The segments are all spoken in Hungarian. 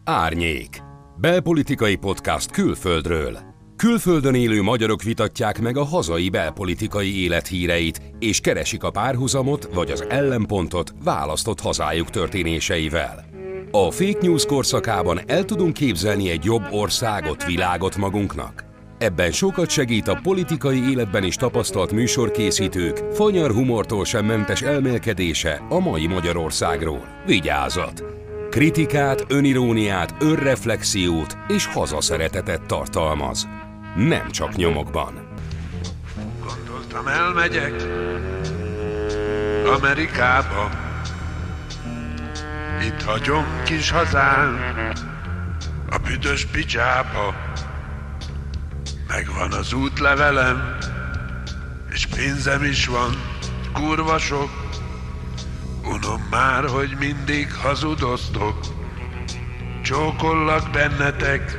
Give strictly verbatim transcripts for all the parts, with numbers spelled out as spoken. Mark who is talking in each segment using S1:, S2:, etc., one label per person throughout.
S1: Árnyék. Belpolitikai podcast külföldről. Külföldön élő magyarok vitatják meg a hazai belpolitikai élet híreit, és keresik a párhuzamot vagy az ellenpontot választott hazájuk történéseivel. A fake news korszakában el tudunk képzelni egy jobb országot, világot magunknak? Ebben sokat segít a politikai életben is tapasztalt műsorkészítők fanyar humortól sem mentes elmélkedése a mai Magyarországról. Vigyázat! Kritikát, öniróniát, önreflexiót és hazaszeretetet tartalmaz. Nem csak nyomokban.
S2: Gondoltam, elmegyek Amerikába, itt hagyom kis hazám a büdös picsába. Megvan az útlevelem, és pénzem is van, kurva sok. Unom már, hogy mindig hazudoztok. Csókollak bennetek,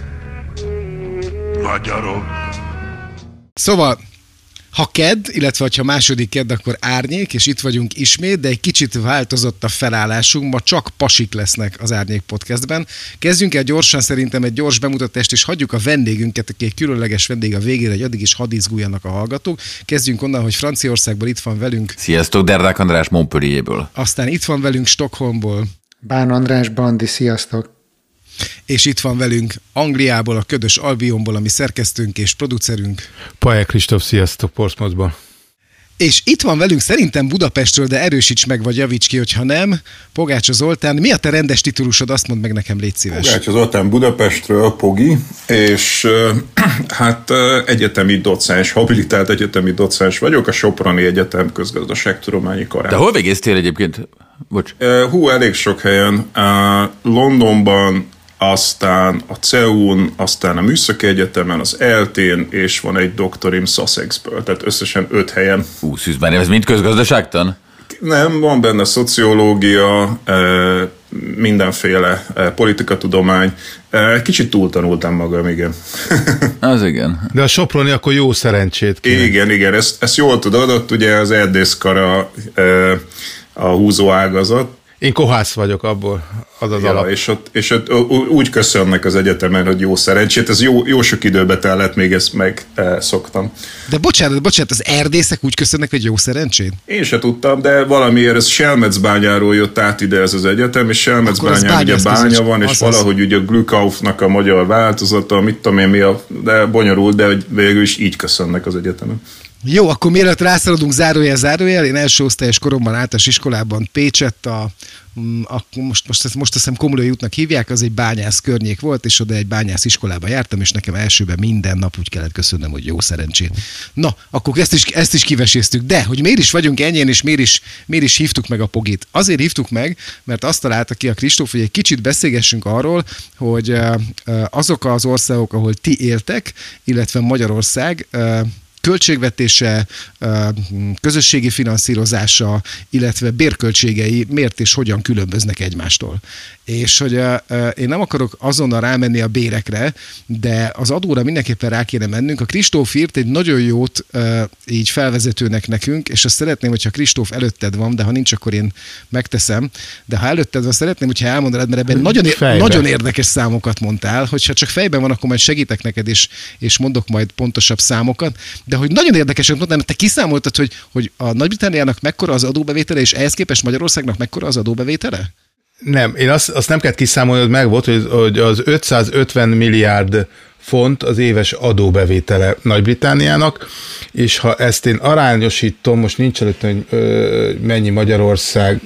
S2: magyarok.
S3: Szóval, ha kedd, illetve ha második kedd, akkor Árnyék, és itt vagyunk ismét, de egy kicsit változott a felállásunk, ma csak pasik lesznek az Árnyék podcastben. Kezdjünk el gyorsan, szerintem egy gyors bemutatást, és hagyjuk a vendégünket, aki egy különleges vendég a végére, hogy addig is hadd izguljanak a hallgatók. Kezdjünk onnan, hogy Franciaországból itt van velünk.
S4: Sziasztok, Derdák András Montpellierből.
S3: Aztán itt van velünk Stockholmból.
S5: Bán András Bandi, sziasztok.
S3: És itt van velünk Angliából, a Ködös Albionból, ami szerkesztőnk és producerünk.
S6: Pajek Kristóf, sziasztok, Portsmouthból.
S3: És itt van velünk szerintem Budapestről, de erősíts meg, vagy javíts ki, hogyha nem, Pogácsa Zoltán. Mi a te rendes titulusod? Azt mondd meg nekem, légy szíves.
S7: Pogácsa Zoltán Budapestről, Pogi, és hát egyetemi docens, habilitált egyetemi docens vagyok, a Soproni Egyetem közgazdaságtudományi karán.
S4: De hol végeztél egyébként? Bocs.
S7: Hú, elég sok helyen. Londonban, aztán a cé e u-n, aztán a Műszaki Egyetemen, az é el té-n, és van egy doktorim Sussexből, tehát összesen öt helyen.
S4: Hú, szűzben, ez mind közgazdaságtan?
S7: Nem, van benne szociológia, mindenféle politikatudomány. Kicsit túltanultam magam, igen.
S4: Az igen.
S6: De a Soproni akkor jó szerencsét kéne.
S7: Igen, igen, ezt, ezt jól tudod, ott ugye az erdészkara a húzó ágazat.
S6: Én kohász vagyok abból, az az
S7: ja,
S6: alap.
S7: És ott, és ott úgy köszönnek az egyetemen, hogy jó szerencsét. Ez jó, jó sok időbe tellett, még ezt megszoktam.
S3: De bocsánat, bocsánat, az erdészek úgy köszönnek, hogy jó szerencsét?
S7: Én se tudtam, de valamiért ez Selmecbányáról jött át ide ez az egyetem, és Selmecbányán ugye bánya van, és azaz. Valahogy ugye a Glückaufnak a magyar változata, mit tudom én mi a, de bonyolult, de végül is így köszönnek az egyetemen.
S3: Jó, akkor mielőtt rászaladunk zárójel, zárójel, én első osztályos koromban általános iskolában Pécsett, a, a, most, most, most azt hiszem Komlói útnak hívják, az egy bányász környék volt, és oda egy bányász iskolába jártam, és nekem elsőben minden nap úgy kellett köszönnöm, hogy jó szerencsét. Na, akkor ezt is, ezt is kiveséztük, de hogy miért is vagyunk ennyien, és miért is, miért is hívtuk meg a Pogit? Azért hívtuk meg, mert azt találta ki a Kristóf, hogy egy kicsit beszélgessünk arról, hogy azok az országok, ahol ti éltek, illetve Magyarország, költségvetése, közösségi finanszírozása, illetve bérköltségei miért és hogyan különböznek egymástól. És hogy én nem akarok azonnal rámenni a bérekre, de az adóra mindenképpen rá kéne mennünk. A Kristóf írt egy nagyon jót így felvezetőnek nekünk, és azt szeretném, hogyha Kristóf előtted van, de ha nincs, akkor én megteszem. De ha előtted van, szeretném, hogyha elmondanád, mert ebben nagyon, nagyon érdekes számokat mondtál, hogyha csak fejben van, akkor majd segítek neked, és, és mondok majd pontosabb számokat. De hogy nagyon érdekesen mondtam, te kiszámoltad, hogy, hogy a Nagy-Britanniának mekkora az adóbevétele, és ehhez képest Magyarországnak mekkora az adóbevétele?
S6: Nem, én azt, azt nem kellett kiszámolni, hogy meg volt, hogy, hogy az ötszázötven milliárd font az éves adóbevétele Nagy-Britanniának, és ha ezt én arányosítom, most nincs előtt, hogy ö, mennyi Magyarország,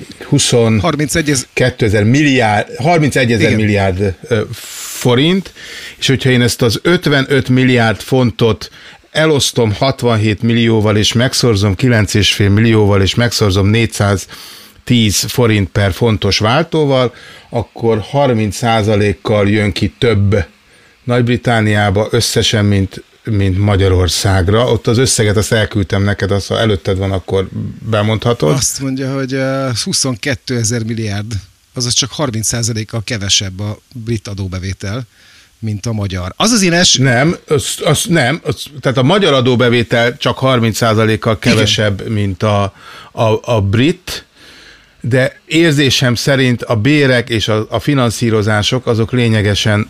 S6: huszonkettőezer milliárd, harmincegyezer milliárd ö, forint, és hogyha én ezt az ötvenöt milliárd fontot elosztom hatvanhét millióval, és megszorzom kilenc egész öt millióval, és megszorzom négyszáztíz forint per fontos váltóval, akkor harminc százalékkal jön ki több Nagy-Britanniába összesen, mint, mint Magyarországra. Ott az összeget azt elküldtem neked, azt, ha előtted van, akkor bemondhatod.
S3: Azt mondja, hogy huszonkétezer milliárd, azaz csak harminc százalékkal kevesebb a brit adóbevétel, mint a magyar. Az az ines...
S6: Nem, az, az nem, az, tehát a magyar adóbevétel csak harminc százalékkal kevesebb, igen, mint a, a, a brit, de érzésem szerint a bérek és a, a finanszírozások azok lényegesen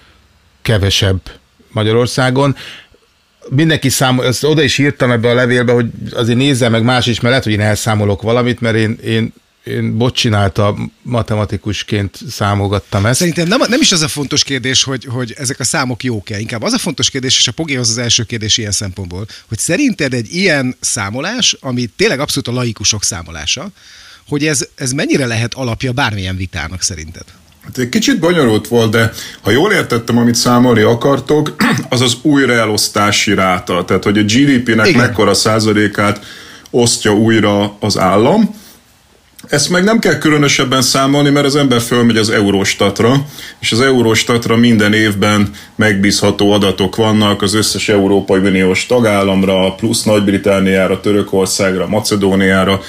S6: kevesebb Magyarországon. Mindenki számol, ezt oda is írtam ebbe a levélbe, hogy azért nézze meg más is, mert lehet, hogy én elszámolok valamit, mert én, én, én bot csinálta matematikusként számolgattam ezt.
S3: Szerintem nem, nem is az a fontos kérdés, hogy, hogy ezek a számok jók-e, inkább az a fontos kérdés, és a Pogihoz az első kérdés ilyen szempontból, hogy szerinted egy ilyen számolás, ami tényleg abszolút a laikusok számolása, hogy ez, ez mennyire lehet alapja bármilyen vitának szerinted?
S7: Hát egy kicsit bonyolult volt, de ha jól értettem, amit számolni akartok, az az újraelosztási ráta. Tehát, hogy a gé dé pének Igen. mekkora százalékát osztja újra az állam. Ezt meg nem kell különösebben számolni, mert az ember fölmegy az Eurostatra, és az Eurostatra minden évben megbízható adatok vannak az összes Európai Uniós tagállamra, plusz Nagy-Britanniára, Törökországra, Macedóniára,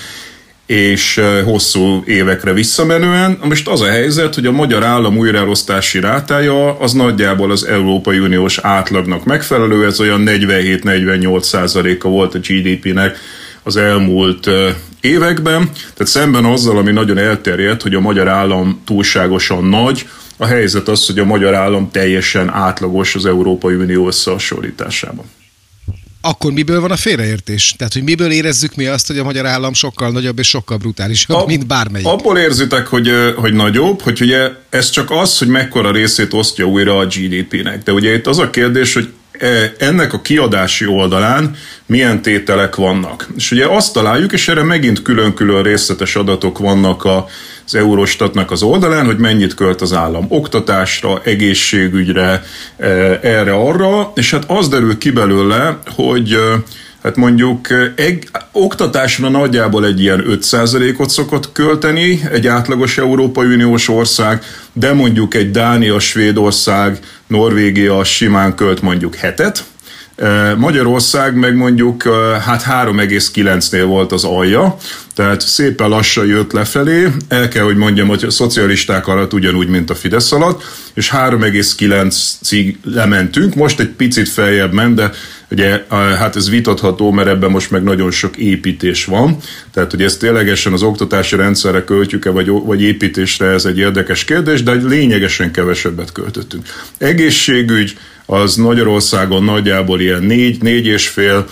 S7: és hosszú évekre visszamenően. Most az a helyzet, hogy a magyar állam újraelosztási rátája az nagyjából az Európai Uniós átlagnak megfelelő, ez olyan negyvenhét-negyvennyolc százaléka volt a gé dé pének az elmúlt években, tehát szemben azzal, ami nagyon elterjedt, hogy a magyar állam túlságosan nagy, a helyzet az, hogy a magyar állam teljesen átlagos az Európai Unió összehasonlításában.
S3: Akkor miből van a félreértés? Tehát, hogy miből érezzük mi azt, hogy a magyar állam sokkal nagyobb és sokkal brutálisabb, a, mint bármelyik?
S7: Abból érzitek, hogy, hogy nagyobb, hogy ugye ez csak az, hogy mekkora részét osztja újra a gé dé pének. De ugye itt az a kérdés, hogy ennek a kiadási oldalán milyen tételek vannak. És ugye azt találjuk, és erre megint külön-külön részletes adatok vannak az Eurostatnak az oldalán, hogy mennyit költ az állam oktatásra, egészségügyre, erre-arra, és hát az derül ki belőle, hogy hát mondjuk egy, oktatásra nagyjából egy ilyen öt százalékot szokott költeni egy átlagos Európai Uniós ország, de mondjuk egy Dánia, Svédország, Norvégia simán költ mondjuk hetet. Magyarország meg mondjuk hát három egész kilencnél volt az alja, tehát szépen lassan jött lefelé, el kell, hogy mondjam, hogy a szocialisták alatt ugyanúgy, mint a Fidesz alatt, és három egész kilencig lementünk, most egy picit feljebb ment, de ugye hát ez vitatható, mert ebben most meg nagyon sok építés van, tehát hogy ezt ténylegesen az oktatási rendszerre költjük-e, vagy, vagy építésre, ez egy érdekes kérdés, de lényegesen kevesebbet költöttünk. Egészségügy, az Magyarországon nagyjából ilyen négy, négy és fél,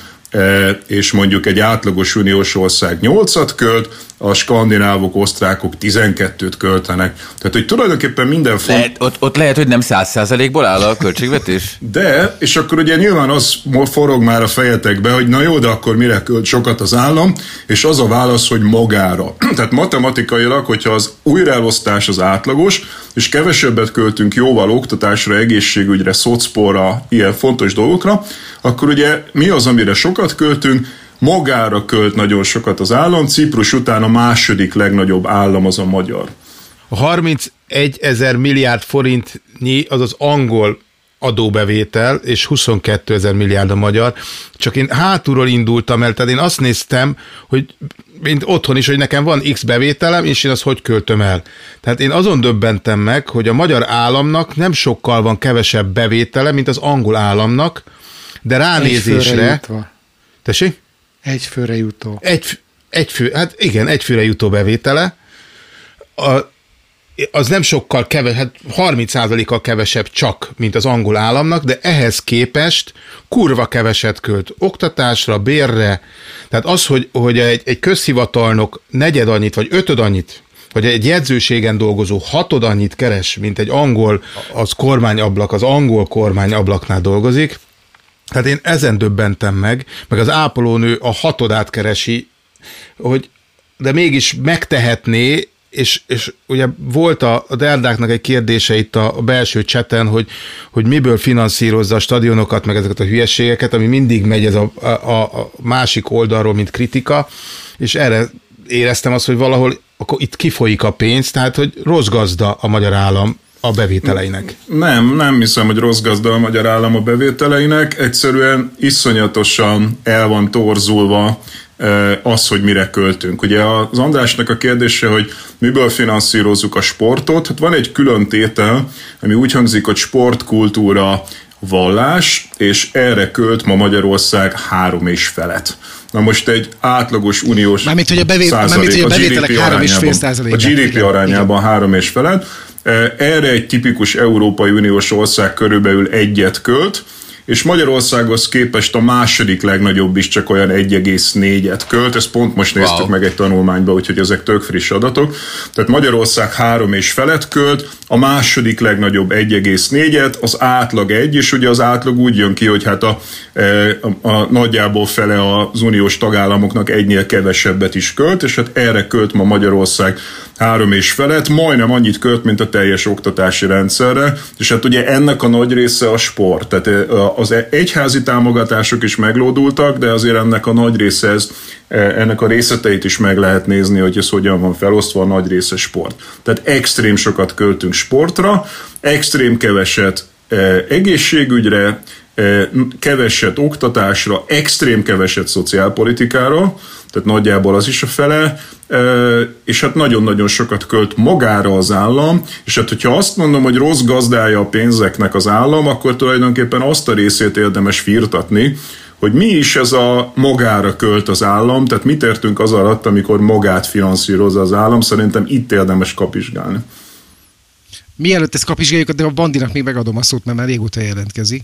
S7: és mondjuk egy átlagos uniós ország nyolcat költ, a skandinávok, osztrákok tizenkettőt költenek. Tehát, hogy tulajdonképpen minden font...
S4: Lehet, ott, ott lehet, hogy nem száz százalékból áll a költségvetés?
S7: De, és akkor ugye nyilván az forog már a fejetekbe, hogy na jó, de akkor mire költ sokat az állam, és az a válasz, hogy magára. Tehát matematikailag, hogyha az újraelosztás az átlagos, és kevesebbet költünk jóval oktatásra, egészségügyre, szocporra, ilyen fontos dolgokra, akkor ugye mi az, amire sokat költünk? Magára költ nagyon sokat az állam, Ciprus után a második legnagyobb állam az a magyar.
S6: A harmincegy ezer milliárd forintnyi az az angol adóbevétel, és huszonkettő ezer milliárd a magyar. Csak én hátulról indultam el, tehát én azt néztem, hogy mint otthon is, hogy nekem van X bevételem, és én azt hogy költöm el. Tehát én azon döbbentem meg, hogy a magyar államnak nem sokkal van kevesebb bevétele, mint az angol államnak, de ránézésre... Tessék?
S5: Egy főre jutó.
S6: Egy, egy fő, hát igen, egy főre jutó bevétele. A, az nem sokkal kevesebb, hát harminc százalékkal kevesebb csak, mint az angol államnak, de ehhez képest kurva keveset költ oktatásra, bérre. Tehát az, hogy, hogy egy, egy közhivatalnok negyed annyit, vagy ötöd annyit, vagy egy jegyzőségen dolgozó hatod annyit keres, mint egy angol, az kormányablak, az angol kormányablaknál dolgozik. Tehát én ezen döbbentem meg, meg az ápolónő a hatodát keresi, hogy de mégis megtehetné, és, és ugye volt a, a Derdáknak egy kérdése itt a, a belső cseten, hogy, hogy miből finanszírozza a stadionokat, meg ezeket a hülyeségeket, ami mindig megy ez a, a, a másik oldalról, mint kritika, és erre éreztem azt, hogy valahol akkor itt kifolyik a pénz, tehát hogy rossz gazda a magyar állam a bevételeinek.
S7: Nem, nem hiszem, hogy rossz gazda a magyar állam a bevételeinek, egyszerűen iszonyatosan el van torzulva az, hogy mire költünk. Ugye az Andrásnak a kérdése, hogy miből finanszírozzuk a sportot, hát van egy külön tétel, ami úgy hangzik, hogy sportkultúra, vallás, és erre költ ma Magyarország három és felet. Na most egy átlagos uniós
S3: mármint, hogy a, bevét, mármint, hogy a bevételek három egész öt százalék.
S7: A gé dé pé igen, arányában három és felett. Erre egy tipikus Európai Uniós ország körülbelül egyet költ, és Magyarországhoz képest a második legnagyobb is csak olyan egy egész négyet költ, ezt pont most néztük wow. meg egy tanulmányba, úgyhogy ezek tök friss adatok. Tehát Magyarország három és felett költ, a második legnagyobb egy egész négyet, az átlag egy, és ugye az átlag úgy jön ki, hogy hát a, a, a nagyjából fele az uniós tagállamoknak egynél kevesebbet is költ, és hát erre költ ma Magyarország három és felett, majdnem annyit költ, mint a teljes oktatási rendszerre, és hát ugye ennek a nagy része a sport, tehát az egyházi támogatások is meglódultak, de azért ennek a nagy része, ez, ennek a részleteit is meg lehet nézni, hogy ez hogyan van felosztva, a nagy része sport. Tehát extrém sokat költünk sportra, extrém keveset egészségügyre, keveset oktatásra, extrém keveset szociálpolitikára, tehát nagyjából az is a fele, és hát nagyon-nagyon sokat költ magára az állam, és hát hogyha azt mondom, hogy rossz gazdája a pénzeknek az állam, akkor tulajdonképpen azt a részét érdemes firtatni, hogy mi is ez a magára költ az állam, tehát mit értünk az alatt, amikor magát finanszírozza az állam, szerintem itt érdemes kapizsgálni.
S3: Mielőtt ezt kapizsgáljuk, de a Bandinak még megadom a szót, mert már régóta jelentkezik.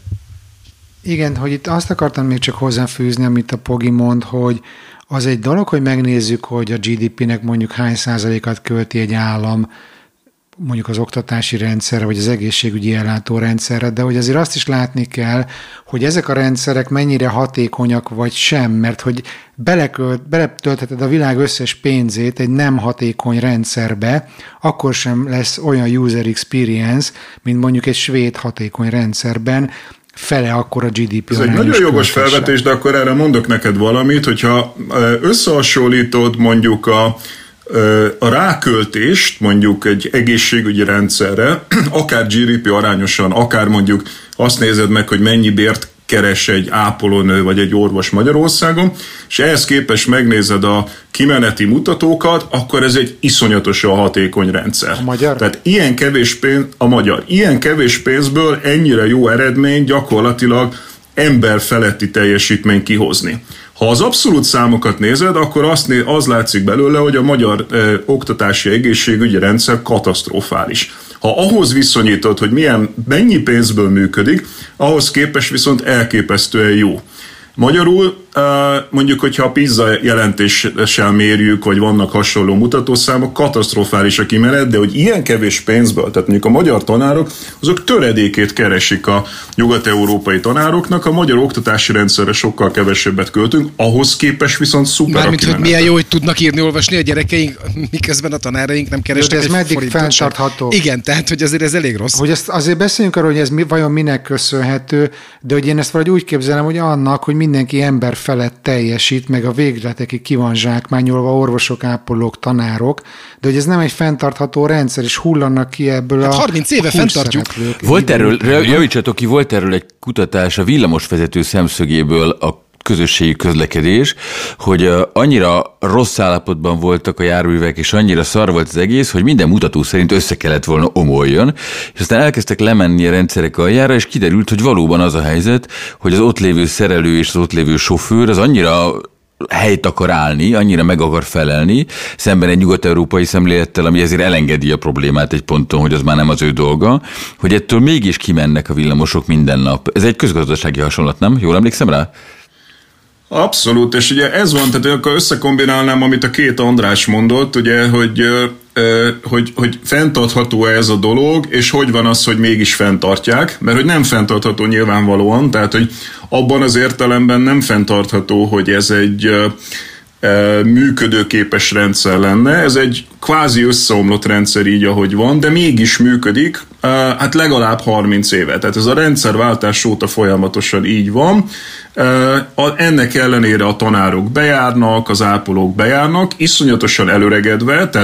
S5: Igen, hogy itt azt akartam még csak hozzáfűzni, amit a Pogi mond, hogy az egy dolog, hogy megnézzük, hogy a gé dé pének mondjuk hány százalékat költi egy állam mondjuk az oktatási rendszerre, vagy az egészségügyi ellátórendszerre, de hogy azért azt is látni kell, hogy ezek a rendszerek mennyire hatékonyak vagy sem, mert hogy belekölt, beletöltheted a világ összes pénzét egy nem hatékony rendszerbe, akkor sem lesz olyan user experience, mint mondjuk egy svéd hatékony rendszerben, fele akkor a gé dé pé.
S7: Ez egy nagyon jogos felvetés, de akkor erre mondok neked valamit, hogyha összehasonlítod mondjuk a, a ráköltést mondjuk egy egészségügyi rendszerre, akár gé dé pé arányosan, akár mondjuk azt nézed meg, hogy mennyi bért keres egy ápolónő vagy egy orvos Magyarországon, és ehhez képest megnézed a kimeneti mutatókat, akkor ez egy iszonyatosan hatékony rendszer.
S5: A magyar?
S7: Tehát ilyen kevés pénz, a magyar, ilyen kevés pénzből ennyire jó eredmény gyakorlatilag ember feletti teljesítmény kihozni. Ha az abszolút számokat nézed, akkor azt né- az látszik belőle, hogy a magyar eh, oktatási egészségügyi rendszer katasztrofális. Ha ahhoz viszonyítod, hogy milyen, mennyi pénzből működik, ahhoz képest viszont elképesztően jó. Magyarul mondjuk, hogyha a PISA jelentéssel mérjük, vagy vannak hasonló mutatószámok, katasztrofális a kimenet, de hogy ilyen kevés pénzből, tehát mondjuk a magyar tanárok, azok töredékét keresik a nyugat-európai tanároknak, a magyar oktatási rendszerre sokkal kevesebbet költünk, ahhoz képest viszont szuper a
S3: mármint,
S7: kimenet.
S3: hogy milyen jó, hogy tudnak írni, olvasni a gyerekeink, miközben a tanáraink nem keresnek
S5: ez
S3: egy
S5: meddig
S3: forintot
S5: fenntartható?
S3: sem. Igen, tehát, hogy azért ez elég rossz.
S5: Hogy ezt azért beszéljünk arról, hogy ez mi, vajon minek köszönhető, de hogy én ezt valahogy úgy képzelem, hogy annak, hogy mindenki ember felett teljesít, meg a végletekig ki van zsákmányolva orvosok, ápolók, tanárok, de hogy ez nem egy fenntartható rendszer, és hullanak ki ebből hát a
S3: harminc éve fenntartjuk.
S4: Volt erről, javítsatok ki, volt erről egy kutatás a villamosvezető szemszögéből a közösségi közlekedés, hogy annyira rossz állapotban voltak a járművek, és annyira szar volt az egész, hogy minden mutató szerint össze kellett volna omoljon, és aztán elkezdtek lemenni a rendszerek aljára, és kiderült, hogy valóban az a helyzet, hogy az ott lévő szerelő és az ott lévő sofőr az annyira helyt akar állni, annyira meg akar felelni, szemben egy nyugat-európai szemlélettel, ami ezért elengedi a problémát egy ponton, hogy az már nem az ő dolga, hogy ettől mégis kimennek a villamosok minden nap. Ez egy közgazdasági hasonlat, nem? Jól emlékszem rá?
S7: Abszolút, és ugye ez van, tehát akkor összekombinálnám, amit a két András mondott, ugye, hogy, hogy, hogy fenntartható ez a dolog, és hogy van az, hogy mégis fenntartják, mert hogy nem fenntartható nyilvánvalóan, tehát hogy abban az értelemben nem fenntartható, hogy ez egy működőképes rendszer lenne. Ez egy kvázi összeomlott rendszer így, ahogy van, de mégis működik, hát legalább harminc éve. Tehát ez a rendszerváltás óta folyamatosan így van. Ennek ellenére a tanárok bejárnak, az ápolók bejárnak, iszonyatosan előregedve, tehát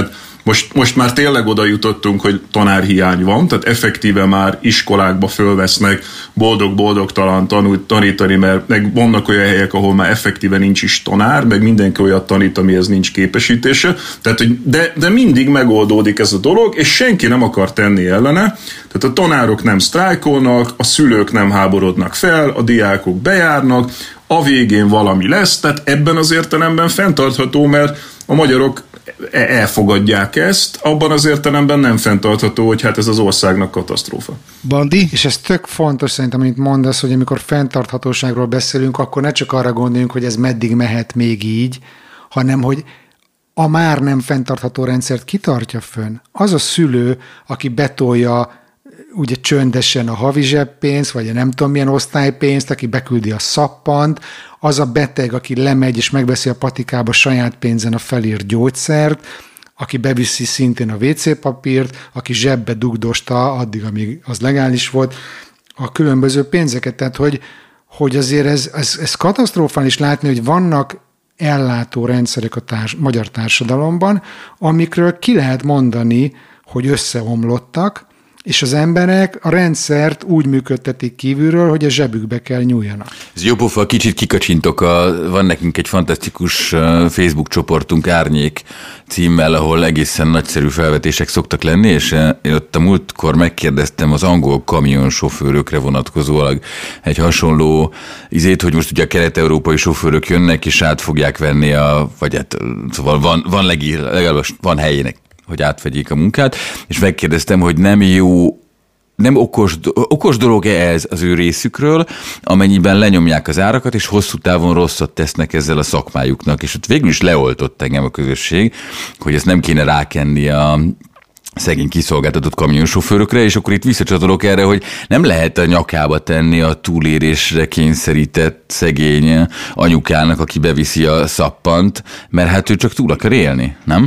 S7: Most, most már tényleg oda jutottunk, hogy tanárhiány van, tehát effektíve már iskolákba fölvesznek boldog-boldogtalan tanult tanítani, mert meg vannak olyan helyek, ahol már effektíve nincs is tanár, meg mindenki olyat tanít, amihez nincs képesítése. Tehát, hogy de, de mindig megoldódik ez a dolog, és senki nem akar tenni ellene. Tehát a tanárok nem sztrájkolnak, a szülők nem háborodnak fel, a diákok bejárnak, a végén valami lesz, tehát ebben az értelemben fenntartható, mert a magyarok elfogadják ezt, abban az értelemben nem fenntartható, hogy hát ez az országnak katasztrófa.
S3: Bandi?
S5: És ez tök fontos szerintem, amit mondasz, hogy amikor fenntarthatóságról beszélünk, akkor ne csak arra gondoljunk, hogy ez meddig mehet még így, hanem hogy a már nem fenntartható rendszert kitartja fönn. Az a szülő, aki betolja ugye csöndesen a havi zseppénzt, vagy a nem tudom milyen osztálypénzt, aki beküldi a szappant, az a beteg, aki lemegy és megveszi a patikába saját pénzen a felírt gyógyszert, aki beviszi szintén a vé cé papírt, aki zsebbe dugdosta addig, amíg az legális volt, a különböző pénzeket. Tehát, hogy, hogy azért ez, ez, ez katasztrofális látni, hogy vannak ellátó rendszerek a társ, magyar társadalomban, amikről ki lehet mondani, hogy összeomlottak, és az emberek a rendszert úgy működtetik kívülről, hogy a zsebükbe kell nyúljanak.
S4: Ez jó pofa, kicsit kikacsintok, a, van nekünk egy fantasztikus Facebook csoportunk Árnyék címmel, ahol egészen nagyszerű felvetések szoktak lenni, és én ott a múltkor megkérdeztem az angol kamionsofőrökre vonatkozólag egy hasonló izét, hogy most ugye a kelet-európai sofőrök jönnek, és át fogják venni a, vagy hát, szóval van, van legalább van helyének, hogy átvegyék a munkát, és megkérdeztem, hogy nem jó, nem okos, okos dolog-e ez az ő részükről, amennyiben lenyomják az árakat, és hosszú távon rosszat tesznek ezzel a szakmájuknak, és ott végül is leoltott engem a közösség, hogy ezt nem kéne rákenni a szegény kiszolgáltatott kamionsofőrökre, és akkor itt visszacsatolok erre, hogy nem lehet a nyakába tenni a túlérésre kényszerített szegény anyukának, aki beviszi a szappant, mert hát ő csak túl akar élni, nem?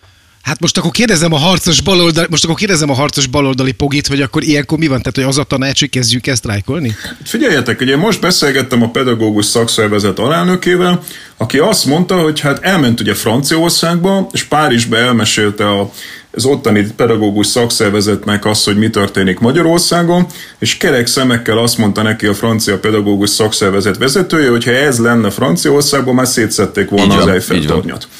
S3: Hát most akkor kérdezem a harcos baloldali, most akkor kérdezem a harcos baloldali Pogit, hogy akkor ilyenkor mi van? Tehát, hogy az a tanács, hogy kezdjünk el sztrájkolni?
S7: Figyeljetek, ugye most beszélgettem a pedagógus szakszervezet alelnökével, aki azt mondta, hogy hát elment ugye Franciaországba, és Párizsba elmesélte a az ottani pedagógus szakszervezetnek azt, hogy mi történik Magyarországon, és kerek szemekkel azt mondta neki a francia pedagógus szakszervezet vezetője, hogy ha ez lenne Franciaországban, már szétszették volna az Eiffel-tornyot.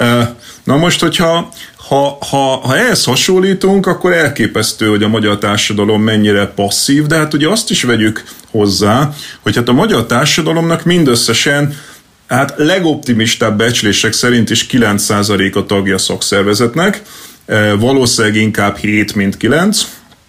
S7: Na most, hogyha ha, ha, ha ehhez hasonlítunk, akkor elképesztő, hogy a magyar társadalom mennyire passzív, de hát ugye azt is vegyük hozzá, hogy hát a magyar társadalomnak mindösszesen hát legoptimistább becslések szerint is kilenc százalék a tagja szakszervezetnek, valószínűleg inkább hét, mint kilenc,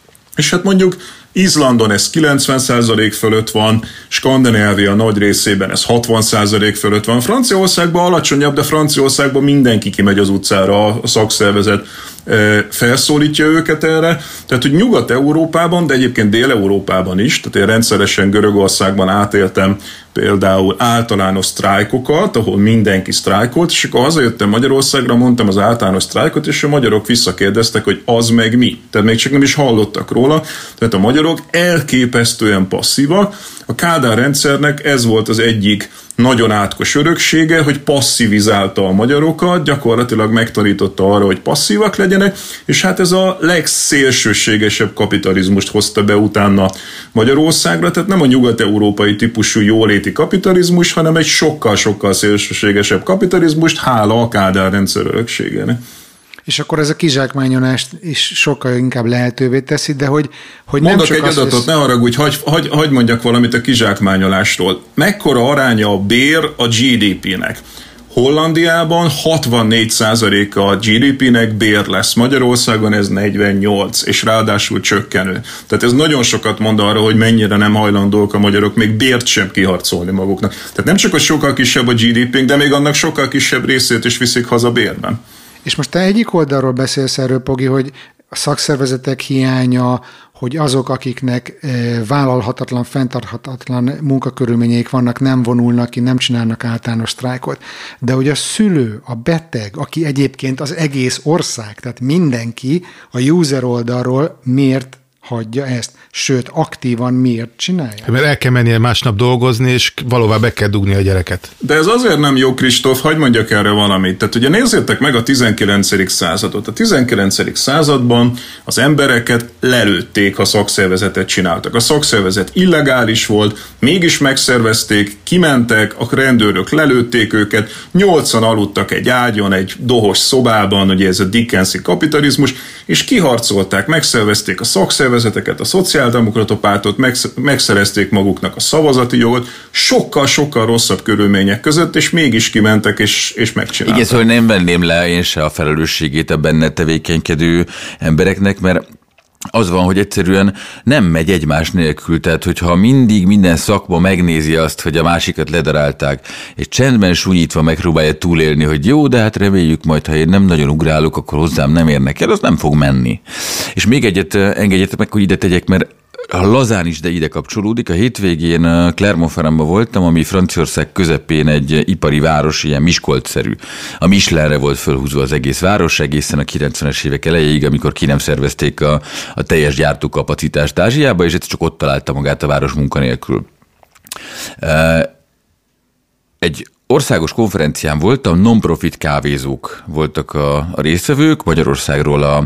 S7: és hát mondjuk Izlandon ez kilencven százalék fölött van, Skandinávia nagy részében ez hatvan százalék fölött van, Franciaországban alacsonyabb, de Franciaországban mindenki kimegy az utcára, a szakszervezet felszólítja őket erre. Tehát, hogy Nyugat-Európában, de egyébként Dél-Európában is, tehát én rendszeresen Görögországban átéltem például általános sztrájkokat, ahol mindenki sztrájkolt, és akkor hazajöttem Magyarországra, mondtam az általános sztrájkot, és a magyarok visszakérdeztek, hogy az meg mi. Tehát még csak nem is hallottak róla. Tehát a magyarok elképesztően passzívak. A Kádár rendszernek ez volt az egyik nagyon átkos öröksége, hogy passzivizálta a magyarokat, gyakorlatilag megtanította arra, hogy passzívak legyenek, és hát ez a legszélsőségesebb kapitalizmust hozta be utána Magyarországra, tehát nem a nyugat-európai típusú jóléti kapitalizmus, hanem egy sokkal-sokkal szélsőségesebb kapitalizmust, hála a Kádár rendszer örökségének.
S5: És akkor ez a kizsákmányolást is sokkal inkább lehetővé teszi, de hogy, hogy nem
S7: Mondok
S5: csak
S7: egy
S5: az,
S7: adatot, ne haragudj, hagy, hagy, hagy mondjak valamit a kizsákmányolásról. Mekkora aránya a bér a gé dé pének? Hollandiában hatvannégy százaléka a gé dé pének bér lesz, Magyarországon ez negyvennyolc, és ráadásul csökkenő. Tehát ez nagyon sokat mond arra, hogy mennyire nem hajlandók a magyarok még bért sem kiharcolni maguknak. Tehát nem csak, hogy sokkal kisebb a gé dé pénk, de még annak sokkal kisebb részét is viszik haza bérben.
S5: És most te egyik oldalról beszélsz erről, Pogi, hogy a szakszervezetek hiánya, hogy azok, akiknek vállalhatatlan, fenntarthatatlan munkakörülményeik vannak, nem vonulnak ki, nem csinálnak általános sztrájkot. De hogy a szülő, a beteg, aki egyébként az egész ország, tehát mindenki a user oldalról miért hagyja ezt. Sőt, aktívan miért csinálja?
S6: Mert el kell mennie másnap dolgozni, és valóvá be kell dugni a gyereket.
S7: De ez azért nem jó, Kristóf, hagyd mondjak erre valamit. Tehát ugye nézzétek meg a tizenkilencedik századot. A tizenkilencedik században az embereket lelőtték, ha szakszervezetet csináltak. A szakszervezet illegális volt, mégis megszervezték, kimentek, a rendőrök lelőtték őket, nyolcan aludtak egy ágyon, egy dohos szobában, ugye ez a Dickensi kapitalizmus, és kiharcolták, megszervezték a szakszervezeteket, a szociáldemokrata pártot, megszerezték maguknak a szavazati jogot, sokkal-sokkal rosszabb körülmények között, és mégis kimentek, és, és megcsinálták.
S4: Igen, szóval nem venném le én se a felelősségét a benne tevékenykedő embereknek, mert az van, hogy egyszerűen nem megy egymás nélkül, tehát hogyha mindig minden szakma megnézi azt, hogy a másikat ledarálták, és csendben súnyítva megpróbálja túlélni, hogy jó, de hát reméljük majd, ha én nem nagyon ugrálok, akkor hozzám nem érnek el, az nem fog menni. És még egyet engedjetek meg, hogy ide tegyek, mert a lazán is, de ide kapcsolódik. A hétvégén Clermont-Ferrandban voltam, ami Franciaország közepén egy ipari város, ilyen Miskolc-szerű. A Michelinre volt fölhúzva az egész város, egészen a kilencvenes évek elejéig, amikor ki nem szervezték a, a teljes gyártókapacitást Ázsiába, és ez csak ott találta magát a város munkanélkül. Egy országos konferencián voltam, non-profit kávézók voltak a, a résztvevők, Magyarországról a,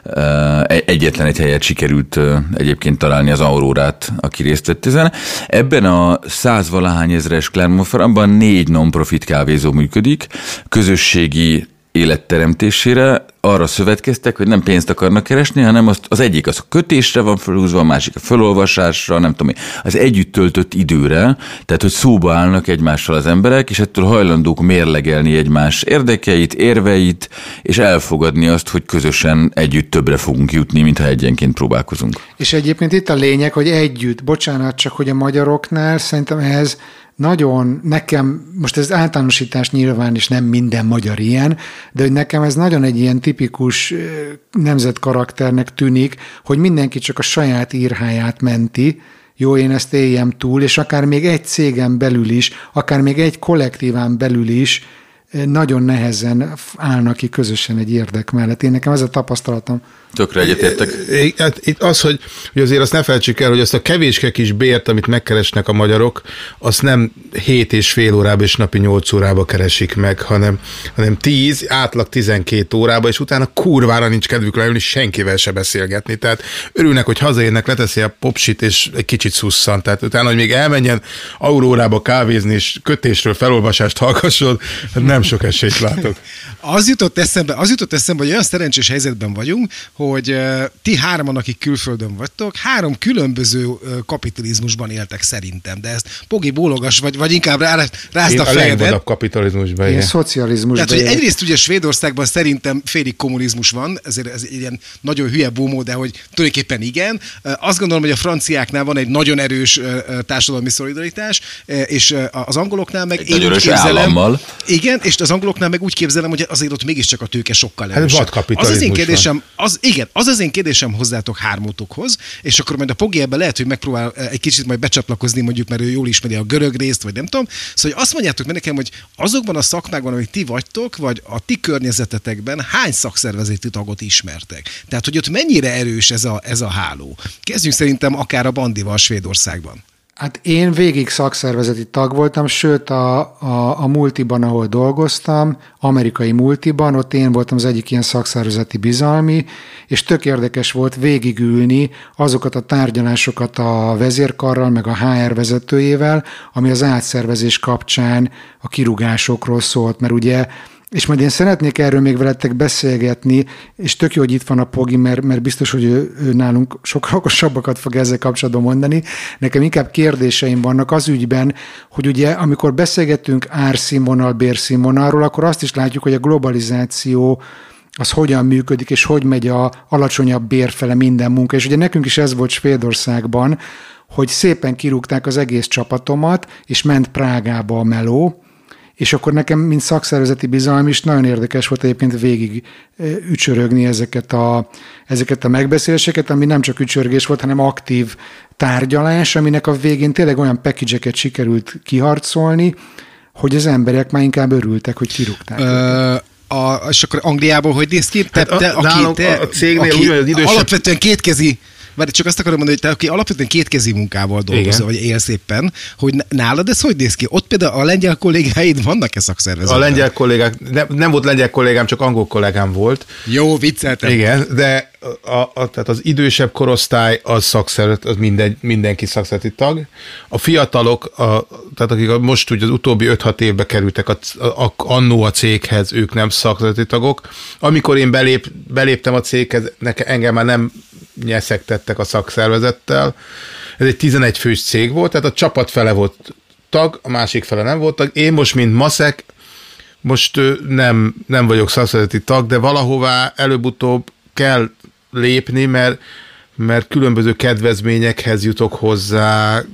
S4: a, egyetlen egy helyet sikerült egyébként találni, az Aurórát, aki részt vett ezen. Ebben a százvalahány ezres Clermont-Ferrandban négy non-profit kávézó működik, közösségi életteremtésére, arra szövetkeztek, hogy nem pénzt akarnak keresni, hanem az, az egyik az a kötésre van felhúzva, a másik a felolvasásra, nem tudom, az együtt töltött időre, tehát hogy szóba állnak egymással az emberek, és ettől hajlandók mérlegelni egymás érdekeit, érveit, és elfogadni azt, hogy közösen együtt többre fogunk jutni, mintha egyenként próbálkozunk.
S5: És egyébként itt a lényeg, hogy együtt, bocsánat, csak hogy a magyaroknál szerintem ez nagyon, nekem, most ez általánosítás nyilván, és nem minden magyar ilyen, de hogy nekem ez nagyon egy ilyen tipikus nemzetkarakternek tűnik, hogy mindenki csak a saját írháját menti, jó, én ezt éljem túl, és akár még egy cégen belül is, akár még egy kollektíván belül is nagyon nehezen állnak ki közösen egy érdek mellett. Én nekem ez a tapasztalatom.
S4: Tökre egyetértek.
S6: Hát itt az, hogy, hogy azért azt ne felejtsük el, hogy azt a kevéske kis bért, amit megkeresnek a magyarok, azt nem hét és fél órába és napi nyolc órába keresik meg, hanem, hanem tíz, átlag tizenkét órába, és utána kurvára nincs kedvük leülni, senkivel se beszélgetni. Tehát örülnek, hogy hazaérnek, leteszi a popsit, és egy kicsit szusszan. Tehát utána, hogy még elmenjen Aurórába kávézni, és kötésről felolvasást hallgasson, nem sok esélyt látok.
S3: Az jutott eszembe, az jutott eszembe, hogy olyan szerencsés helyzetben vagyunk, hogy uh, ti hárman, akik külföldön vagytok, három különböző uh, kapitalizmusban éltek szerintem, de ezt Pogi bólogas, vagy, vagy inkább rá, rázd a fejedet.
S6: Én a legvadabb kapitalizmusban.
S5: Én szocializmusban.
S3: Tehát, hogy egyrészt ugye Svédországban szerintem félig kommunizmus van, ezért ez egy ilyen nagyon hülye bómó, de hogy tulajdonképpen igen. Uh, azt gondolom, hogy a franciáknál van egy nagyon erős uh, társadalmi szolidaritás, uh, és uh, az angoloknál meg
S4: egy
S3: én úgy képzelem,
S4: állammal.
S3: Igen, és az angoloknál meg úgy képzelem, hogy azért ott mégiscsak a tőke sokkal erősebb.
S6: Hát vadkapitalizmus
S3: az az én kérdésem,
S6: van.
S3: az, igen, az az én kérdésem hozzátok hármótokhoz, és akkor majd a Pogi ebben lehet, hogy megpróbál egy kicsit majd becsatlakozni, mondjuk, mert ő jól ismeri a görög részt, vagy nem tudom. Szóval azt mondjátok meg nekem, hogy azokban a szakmákban, amik ti vagytok, vagy a ti környezetetekben hány szakszervezeti tagot ismertek? Tehát, hogy ott mennyire erős ez a, ez a háló? Kezdjünk szerintem akár a Bandival Svédországban.
S5: Hát én végig szakszervezeti tag voltam, sőt a, a, a multiban, ahol dolgoztam, amerikai multiban, ott én voltam az egyik ilyen szakszervezeti bizalmi, és tök érdekes volt végigülni azokat a tárgyalásokat a vezérkarral, meg a há er vezetőjével, ami az átszervezés kapcsán a kirúgásokról szólt, mert ugye és majd én szeretnék erről még veletek beszélgetni, és tök jó, hogy itt van a Pogi, mert, mert biztos, hogy ő, ő nálunk sokkal okosabbakat fog ezzel kapcsolatban mondani. Nekem inkább kérdéseim vannak az ügyben, hogy ugye amikor beszélgetünk árszínvonal, bérszínvonalról, akkor azt is látjuk, hogy a globalizáció az hogyan működik, és hogy megy a alacsonyabb bérfele minden munka. És ugye nekünk is ez volt Svédországban, hogy szépen kirúgták az egész csapatomat, és ment Prágába a meló, és akkor nekem, mint szakszervezeti bizalom is nagyon érdekes volt egyébként végig ücsörögni ezeket a, ezeket a megbeszéléseket, ami nem csak ücsörgés volt, hanem aktív tárgyalás, aminek a végén tényleg olyan package-eket sikerült kiharcolni, hogy az emberek már inkább örültek, hogy kirúgták.
S3: Ö, a, és akkor Angliából hogy néz ki? Te,
S6: Hát
S3: te,
S6: a,
S3: aki,
S6: nálunk
S3: te,
S6: a cégnél
S3: aki
S6: úgy, az idősebb...
S3: alapvetően kétkezi Várj, csak azt akarom mondani, hogy te, aki alapvetően kétkezi munkával dolgozol, vagy élsz éppen, hogy nálad ez hogy néz ki? Ott például a lengyel kollégáid vannak-e szakszervezetben?
S6: A lengyel kollégák, nem, nem volt lengyel kollégám, csak angol kollégám volt.
S3: Jó, vicceltem.
S6: Igen, de a, a, tehát az idősebb korosztály az szakszervezet, az minden, mindenki szakszervezeti tag. A fiatalok, a, tehát akik most ugye az utóbbi öt-hat évbe kerültek a, a, a, annó a céghez, ők nem szakszervezeti tagok. Amikor én belép, beléptem a céghez, nekem, engem már nem nyeszegtettek a szakszervezettel. Ez egy tizenegy fős cég volt, tehát a csapat fele volt tag, a másik fele nem volt tag. Én most, mint maszek, most nem, nem vagyok szakszervezeti tag, de valahová előbb-utóbb kell lépni, mert, mert különböző kedvezményekhez jutok hozzá,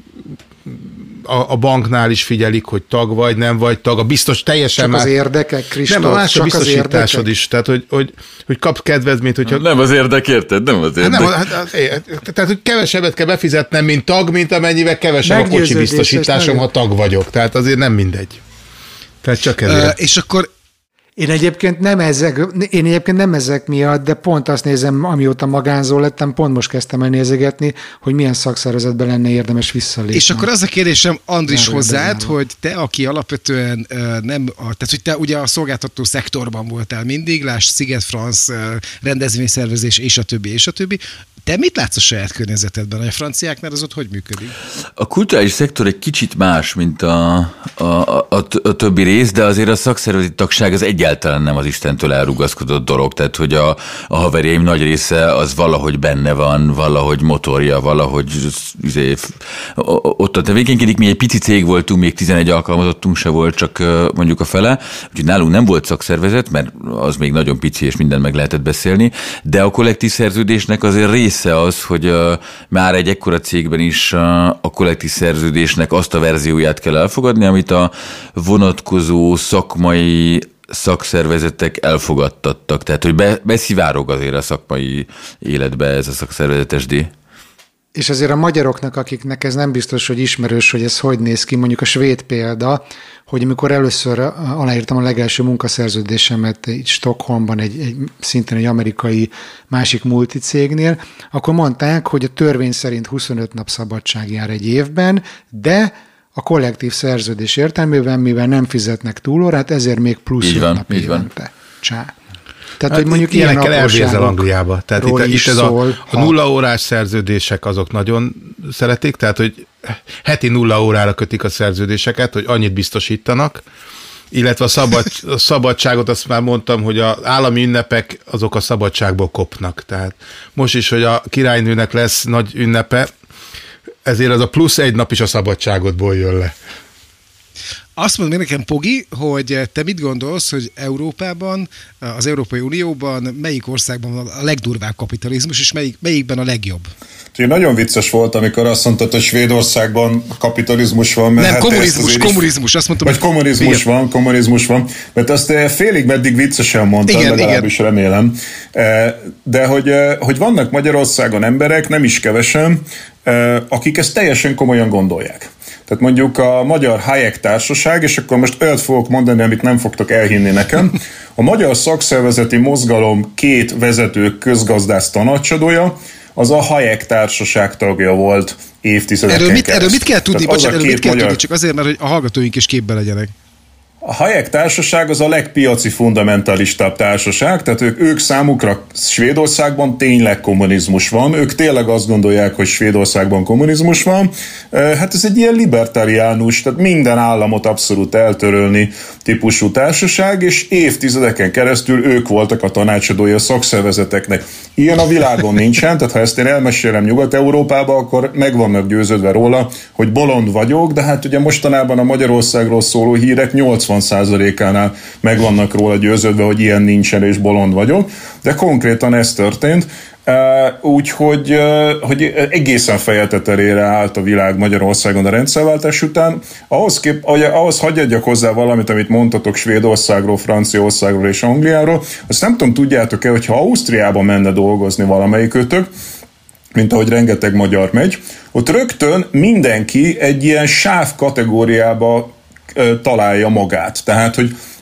S6: a, a banknál is figyelik, hogy tag vagy, nem vagy tag, a biztos teljesen
S5: csak
S6: már...
S5: az érdekek, Kristóf,
S6: nem, más
S5: csak
S6: a biztosításod is, tehát hogy, hogy, hogy kapsz kedvezményt, hogyha...
S4: Nem az érdek, érted? Nem az érdek.
S6: Nem, hát, hát, tehát, hogy kevesebbet kell befizetnem, mint tag, mint amennyivel kevesebb a kocsi biztosításom, ha tag vagyok. Tehát azért nem mindegy. Tehát csak ezért.
S3: Uh, és akkor
S5: Én egyébként nem ezek, én egyébként nem ezek miatt, de pont azt nézem, amióta magánzó lettem, pont most kezdtem el nézegetni, hogy milyen szakszervezetben lenne érdemes visszalépni.
S3: És akkor az a kérdésem, Andris, hozzád, hogy te, aki alapvetően uh, nem, a, tehát hogy te ugye a szolgáltató szektorban voltál mindig, láss Sziget France, uh, rendezvényszervezés, és a többi, és a többi. Te mit látsz a saját környezetedben? A franciáknál az ott hogy működik?
S4: A kulturális szektor egy kicsit más, mint a, a, a, a többi rész, de azért a szakszervezeti tagság az egyáltalán nem az Istentől elrugaszkodott dolog. Tehát, hogy a, a haverjaim nagy része az valahogy benne van, valahogy motorja, valahogy izé, ott a tevékenykedik. Mi egy pici cég voltunk, még tizenegy alkalmazottunk se volt, csak mondjuk a fele. Úgyhogy nálunk nem volt szakszervezet, mert az még nagyon pici, és mindent meg lehetett beszélni, de a kollektív szerződésnek azért része az, hogy uh, már egy ekkora cégben is uh, a kollektív szerződésnek azt a verzióját kell elfogadni, amit a vonatkozó szakmai szakszervezetek elfogadtattak. Tehát, hogy be, beszivárog azért a szakmai életbe ez a szakszervezetes díj.
S5: És azért a magyaroknak, akiknek ez nem biztos, hogy ismerős, hogy ez hogy néz ki, mondjuk a svéd példa, hogy amikor először aláírtam a legelső munkaszerződésemet itt Stockholmban, egy, egy szintén egy amerikai másik multicégnél, akkor mondták, hogy a törvény szerint huszonöt nap szabadság jár egy évben, de a kollektív szerződés értelmében, mivel nem fizetnek túlórát, ezért még plusz
S4: így
S5: öt
S4: van,
S5: nap
S4: így
S5: évente.
S4: van.
S5: Csá. Tehát,
S6: hát
S5: hogy mondjuk
S6: ilyen
S5: ilyen
S6: elvézel Angliába. Tehát itt, itt ez
S5: szól,
S6: a, a nulla órás szerződések azok nagyon szeretik, tehát hogy heti nulla órára kötik a szerződéseket, hogy annyit biztosítanak, illetve a, szabad, a szabadságot, azt már mondtam, hogy az állami ünnepek azok a szabadságból kopnak. Tehát most is, hogy a királynőnek lesz nagy ünnepe, ezért az a plusz egy nap is a szabadságodból jön le.
S3: Azt mondd meg nekem, Pogi, hogy te mit gondolsz, hogy Európában, az Európai Unióban melyik országban van a legdurvább kapitalizmus, és melyik, melyikben a legjobb?
S7: Én nagyon vicces volt, amikor azt mondtad, hogy Svédországban kapitalizmus van. Mert
S3: nem,
S7: hát
S3: kommunizmus, kommunizmus, azt mondtam.
S7: Vagy kommunizmus igen. van, kommunizmus van. Mert azt félig meddig viccesen mondtad, igen, legalábbis igen. remélem. De hogy, hogy vannak Magyarországon emberek, nem is kevesen, akik ezt teljesen komolyan gondolják. Tehát mondjuk a Magyar Hayek Társaság, és akkor most olyat fogok mondani, amit nem fogtok elhinni nekem. A Magyar Szakszervezeti Mozgalom két vezető közgazdász tanácsadója, az a Hayek Társaság tagja volt évtizedeken
S3: erről mit, erről mit kell tudni? Bocsánat, erről mit kell
S7: magyar...
S3: tudni? Csak azért, mert a hallgatóink is képbe legyenek.
S7: A Hayek Társaság az a legpiaci fundamentalistább társaság, tehát ők, ők számukra Svédországban tényleg kommunizmus van, ők tényleg azt gondolják, hogy Svédországban kommunizmus van. Hát ez egy ilyen libertariánus, tehát minden államot abszolút eltörölni típusú társaság, és évtizedeken keresztül ők voltak a tanácsadói a szakszervezeteknek. Ilyen a világon nincsen, tehát ha ezt én elmesélem Nyugat-Európába, akkor meg vannak győződve róla, hogy bolond vagyok, de hát ugye mostanában a Magyarországról szóló hírek nyolcvan százalékánál meg vannak róla győződve, hogy ilyen nincsen és bolond vagyok, de konkrétan ez történt. Úgyhogy hogy egészen feje tetejére állt a világ Magyarországon a rendszerváltás után. Ahhoz, kép, ahhoz hagyjadjak hozzá valamit, amit mondtatok Svédországról, Franciaországról és Angliáról. Azt nem tudom, tudjátok-e, hogyha Ausztriába menne dolgozni valamelyikőtök, mint ahogy rengeteg magyar megy, ott rögtön mindenki egy ilyen sáv kategóriába találja magát. Tehát, hogy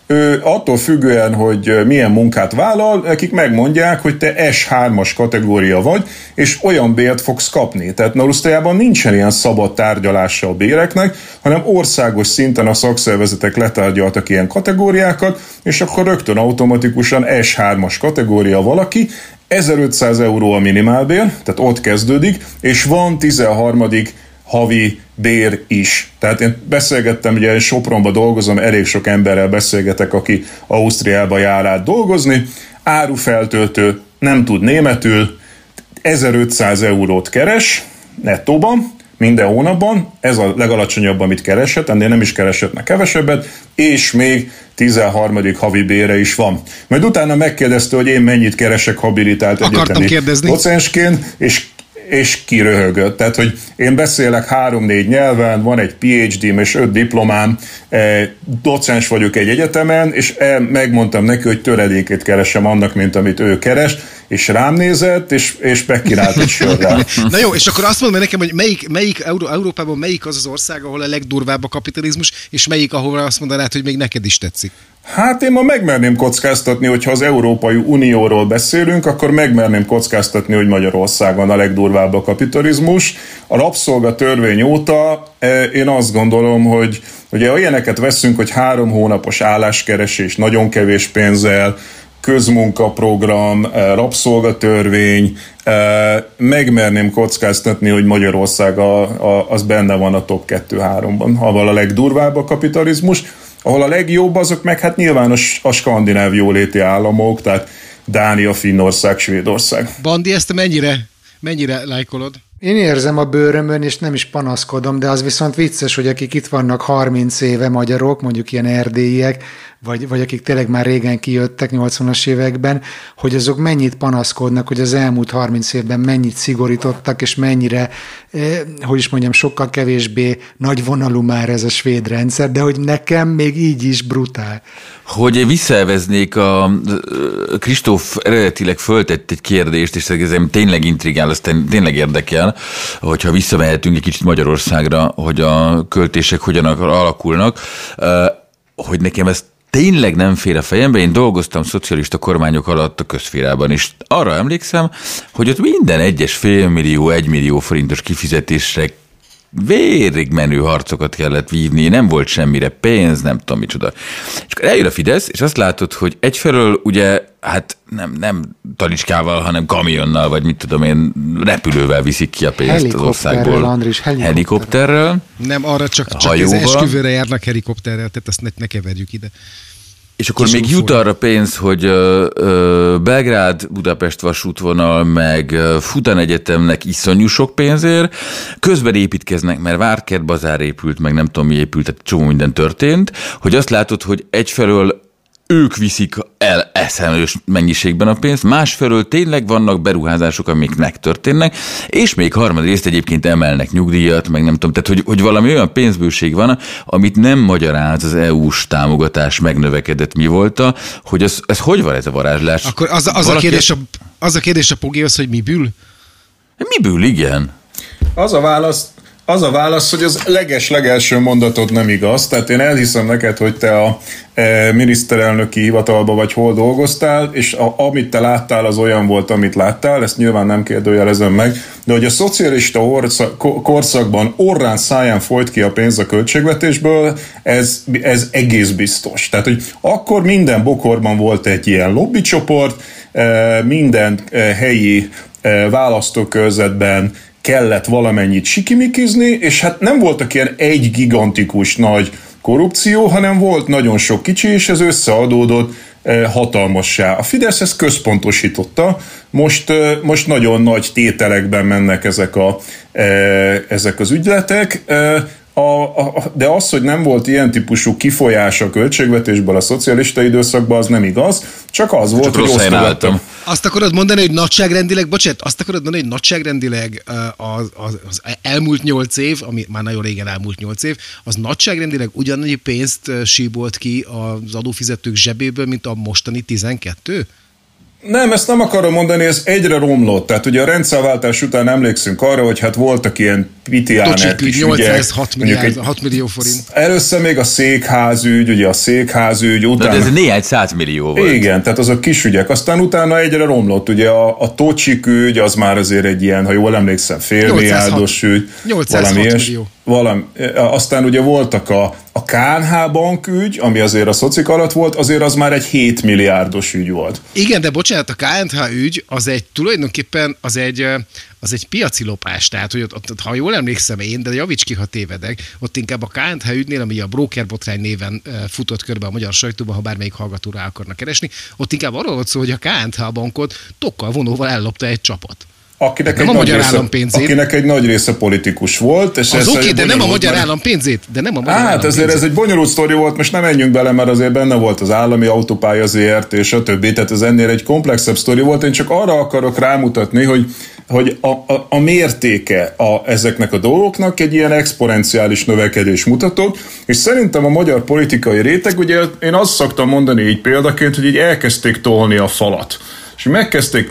S7: ő attól függően, hogy milyen munkát vállal, nekik megmondják, hogy te es hármas kategória vagy, és olyan bért fogsz kapni. Tehát Ausztriában nincsen ilyen szabad tárgyalása a béreknek, hanem országos szinten a szakszervezetek letárgyaltak ilyen kategóriákat, és akkor rögtön automatikusan es hármas kategória valaki, ezerötszáz euró a minimálbér, tehát ott kezdődik, és van tizenharmadik havi bér is. Tehát én beszélgettem, ugye én Sopronban dolgozom, elég sok emberrel beszélgetek, aki Ausztriába jár át dolgozni, árufeltöltő, nem tud németül, ezerötszáz eurót keres nettóban, minden hónapban, ez a legalacsonyabb, amit keresett, ennél nem is keresetnek kevesebbet, és még tizenharmadik havi bére is van. Majd utána megkérdezte, hogy én mennyit keresek habilitált egyetemi docensként, és és kiröhögött. Tehát, hogy én beszélek három-négy nyelven, van egy pé há dém és öt diplomám, docens vagyok egy egyetemen, és megmondtam neki, hogy töredékét keresem annak, mint amit ő keres, és rám nézett, és, és megkínált egy sörrel.
S3: Na jó, és akkor azt mondom nekem, hogy melyik, melyik Euró- Európában melyik az az ország, ahol a legdurvább a kapitalizmus, és melyik, ahol azt mondanád, hogy még neked is tetszik?
S7: Hát én ma megmerném kockáztatni, hogyha az Európai Unióról beszélünk, akkor megmerném kockáztatni, hogy Magyarországon a legdurvább a kapitalizmus. A rabszolgatörvény óta én azt gondolom, hogy ugye olyaneket veszünk, hogy három hónapos álláskeresés, nagyon kevés pénzzel, közmunkaprogram, rabszolgatörvény, megmerném kockáztatni, hogy Magyarország a, a, az benne van a top kettő-háromban, ahol a legdurvább a kapitalizmus, ahol a legjobb azok meg hát nyilván a, a skandináv jóléti államok, tehát Dánia, Finnország, Svédország.
S3: Bandi, ezt te mennyire, mennyire lájkolod?
S5: Én érzem a bőrömön, és nem is panaszkodom, de az viszont vicces, hogy akik itt vannak harminc éve magyarok, mondjuk ilyen erdélyiek, vagy, vagy akik tényleg már régen kijöttek nyolcvanas években, hogy azok mennyit panaszkodnak, hogy az elmúlt harminc évben mennyit szigorítottak, és mennyire, eh, hogy is mondjam, sokkal kevésbé nagyvonalú már ez a svéd rendszer, de hogy nekem még így is brutál.
S4: Hogy visszaelveznék, a Kristóf eredetileg föltett egy kérdést, és ez tényleg intrigál, azt tényleg érdekel, hogyha visszamehetünk egy kicsit Magyarországra, hogy a költések hogyan alakulnak, hogy nekem ez tényleg nem fér a fejembe. Én dolgoztam szocialista kormányok alatt a közszférában, és arra emlékszem, hogy ott minden egyes félmillió, egymillió forintos kifizetésre vérig menő harcokat kellett vívni, nem volt semmire pénz, nem tudom micsoda. És akkor eljön a Fidesz, és azt látod, hogy egyfelől ugye, hát nem, nem talicskával, hanem kamionnal, vagy mit tudom én, repülővel viszik ki a pénzt az országból.
S5: Andris, helikopterrel.
S4: helikopterrel.
S3: Nem, arra csak, csak ez esküvőre járnak helikopterrel, tehát azt ne, ne keverjük ide.
S4: És akkor még jut arra pénz, hogy ö, ö, Belgrád, Budapest vasútvonal, meg Futan Egyetemnek iszonyú sok pénzért, közben építkeznek, mert Várkert bazár épült, meg nem tudom mi épült, tehát csomó minden történt, hogy azt látod, hogy egyfelől ők viszik el eszemlős mennyiségben a pénzt, másfelől tényleg vannak beruházások, amik megtörténnek, és még harmadrészt egyébként emelnek nyugdíjat, meg nem tudom, tehát hogy, hogy valami olyan pénzbőség van, amit nem magyaráz az é u-s támogatás megnövekedett mi volt, hogy ez, ez hogy van ez a varázslás?
S3: Akkor az, az, Valaki... a, kérdés a, az a kérdés a Pogihoz, hogy miből?
S4: Miből, igen.
S7: Az a válasz, Az a válasz, hogy az leges-legelső mondatod nem igaz. Tehát én elhiszem neked, hogy te a e, miniszterelnöki hivatalban vagy hol dolgoztál, és a, amit te láttál, az olyan volt, amit láttál, ezt nyilván nem kérdőjelezem meg, de hogy a szocialista orszak, korszakban orrán száján folyt ki a pénz a költségvetésből, ez, ez egész biztos. Tehát, hogy akkor minden bokorban volt egy ilyen lobbycsoport, e, minden e, helyi e, választókörzetben kellett valamennyit sikimikizni, és hát nem voltak ilyen egy gigantikus nagy korrupció, hanem volt nagyon sok kicsi, és ez összeadódott eh, hatalmassá. A Fidesz ezt központosította, most, eh, most nagyon nagy tételekben mennek ezek, a, eh, ezek az ügyletek, eh, A, a, de az, hogy nem volt ilyen típusú kifolyás a költségvetésből a szocialista időszakban, az nem igaz, csak az volt, csak hogy osztogattam.
S3: Azt akarod mondani, hogy nagyságrendileg, bocsánat, azt akarod mondani, hogy nagyságrendileg az, az, az elmúlt nyolc év, ami már nagyon régen elmúlt nyolc év, az nagyságrendileg ugyanannyi pénzt síbolt ki az adófizetők zsebéből, mint a mostani tizenkettő?
S7: Nem, ezt nem akarom mondani, ez egyre romlott. Tehát ugye a rendszerváltás után emlékszünk arra, hogy hát voltak ilyen pitiáner kis ügyek.
S3: nyolcszázhat millió forint.
S7: Először még a székházügy, ugye a székházügy, utána...
S4: De ez néhány százmillió volt.
S7: Igen, tehát azok kis ügyek. Aztán utána egyre romlott. Ugye a, a Tocsik ügy, az már azért egy ilyen, ha jól emlékszem, félmilliárdos ügy.
S3: nyolcszázhat millió.
S7: Valami, aztán ugye voltak a, a ká en há bank ügy, ami azért a szocik alatt volt, azért az már egy hét milliárdos ügy volt.
S3: Igen, de bocsánat, a ká en há ügy az egy tulajdonképpen az egy, az egy piaci lopás, tehát hogy ott, ott, ha jól emlékszem én, de javíts ki, ha tévedek, ott inkább a ká en há ügynél, ami a brokerbotrány néven futott körbe a magyar sajtóban, ha bármelyik hallgató rá akarna keresni, ott inkább arról volt szó, hogy a ká en há bankot tokkal vonóval ellopta egy csapat.
S7: Akinek
S3: nem
S7: egy,
S3: a
S7: nagy
S3: magyar
S7: része,
S3: állam pénzét.
S7: akinek egy nagy része politikus volt. És
S3: az oké, okay, de nem a magyar állam pénzét. De nem a magyar
S7: hát
S3: állam
S7: ezért
S3: pénzét.
S7: Ez egy bonyolult sztori volt, most nem menjünk bele, mert azért benne volt az állami autópálya zé er té, és a többi, tehát ez ennél egy komplexebb sztori volt. Én csak arra akarok rámutatni, hogy, hogy a, a, a mértéke a, ezeknek a dolgoknak egy ilyen exponenciális növekedés mutatott, és szerintem a magyar politikai réteg, ugye én azt szoktam mondani így példaként, hogy így elkezdték tolni a falat. És megkezdték,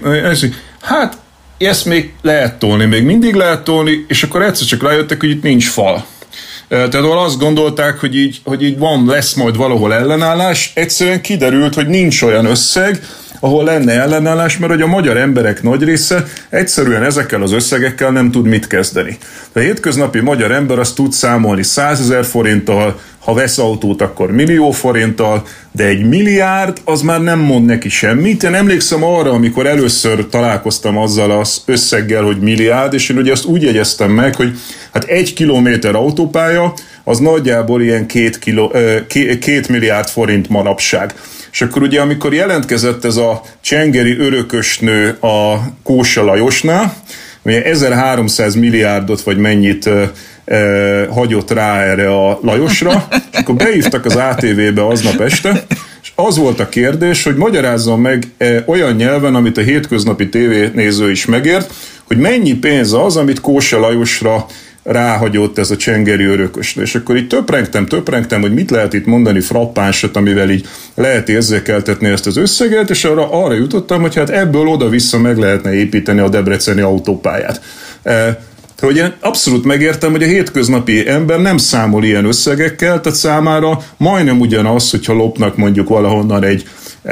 S7: hát ezt még lehet tolni, még mindig lehet tolni, és akkor egyszer csak rájöttek, hogy itt nincs fal. Tehát azt gondolták, hogy így, hogy így van, lesz majd valahol ellenállás, egyszerűen kiderült, hogy nincs olyan összeg, ahol lenne ellenállás, mert hogy a magyar emberek nagy része egyszerűen ezekkel az összegekkel nem tud mit kezdeni. A hétköznapi magyar ember azt tud számolni százezer forinttal, ha vesz autót, akkor millió forinttal, de egy milliárd az már nem mond neki semmit. Én emlékszem arra, amikor először találkoztam azzal az összeggel, hogy milliárd, és én ugye azt úgy jegyeztem meg, hogy hát egy kilométer autópálya, az nagyjából ilyen két, kiló, két milliárd forint manapság. És akkor ugye, amikor jelentkezett ez a csengeri örökösnő a Kósa Lajosnál, ugye ezerháromszáz milliárdot vagy mennyit e, e, hagyott rá erre a Lajosra, és akkor beívtak az á té vé-be aznap este, és az volt a kérdés, hogy magyarázzon meg e, olyan nyelven, amit a hétköznapi tévénéző is megért, hogy mennyi pénz az, amit Kósa Lajosra ráhagyott ez a csengeri örökösnő. És akkor így töprengtem, töprengtem, hogy mit lehet itt mondani frappánsat, amivel így lehet érzékeltetni ezt az összeget, és arra, arra jutottam, hogy hát ebből oda-vissza meg lehetne építeni a debreceni autópályát. E, hogy én abszolút megértem, hogy a hétköznapi ember nem számol ilyen összegekkel, tehát számára majdnem ugyanaz, hogyha lopnak mondjuk valahonnan egy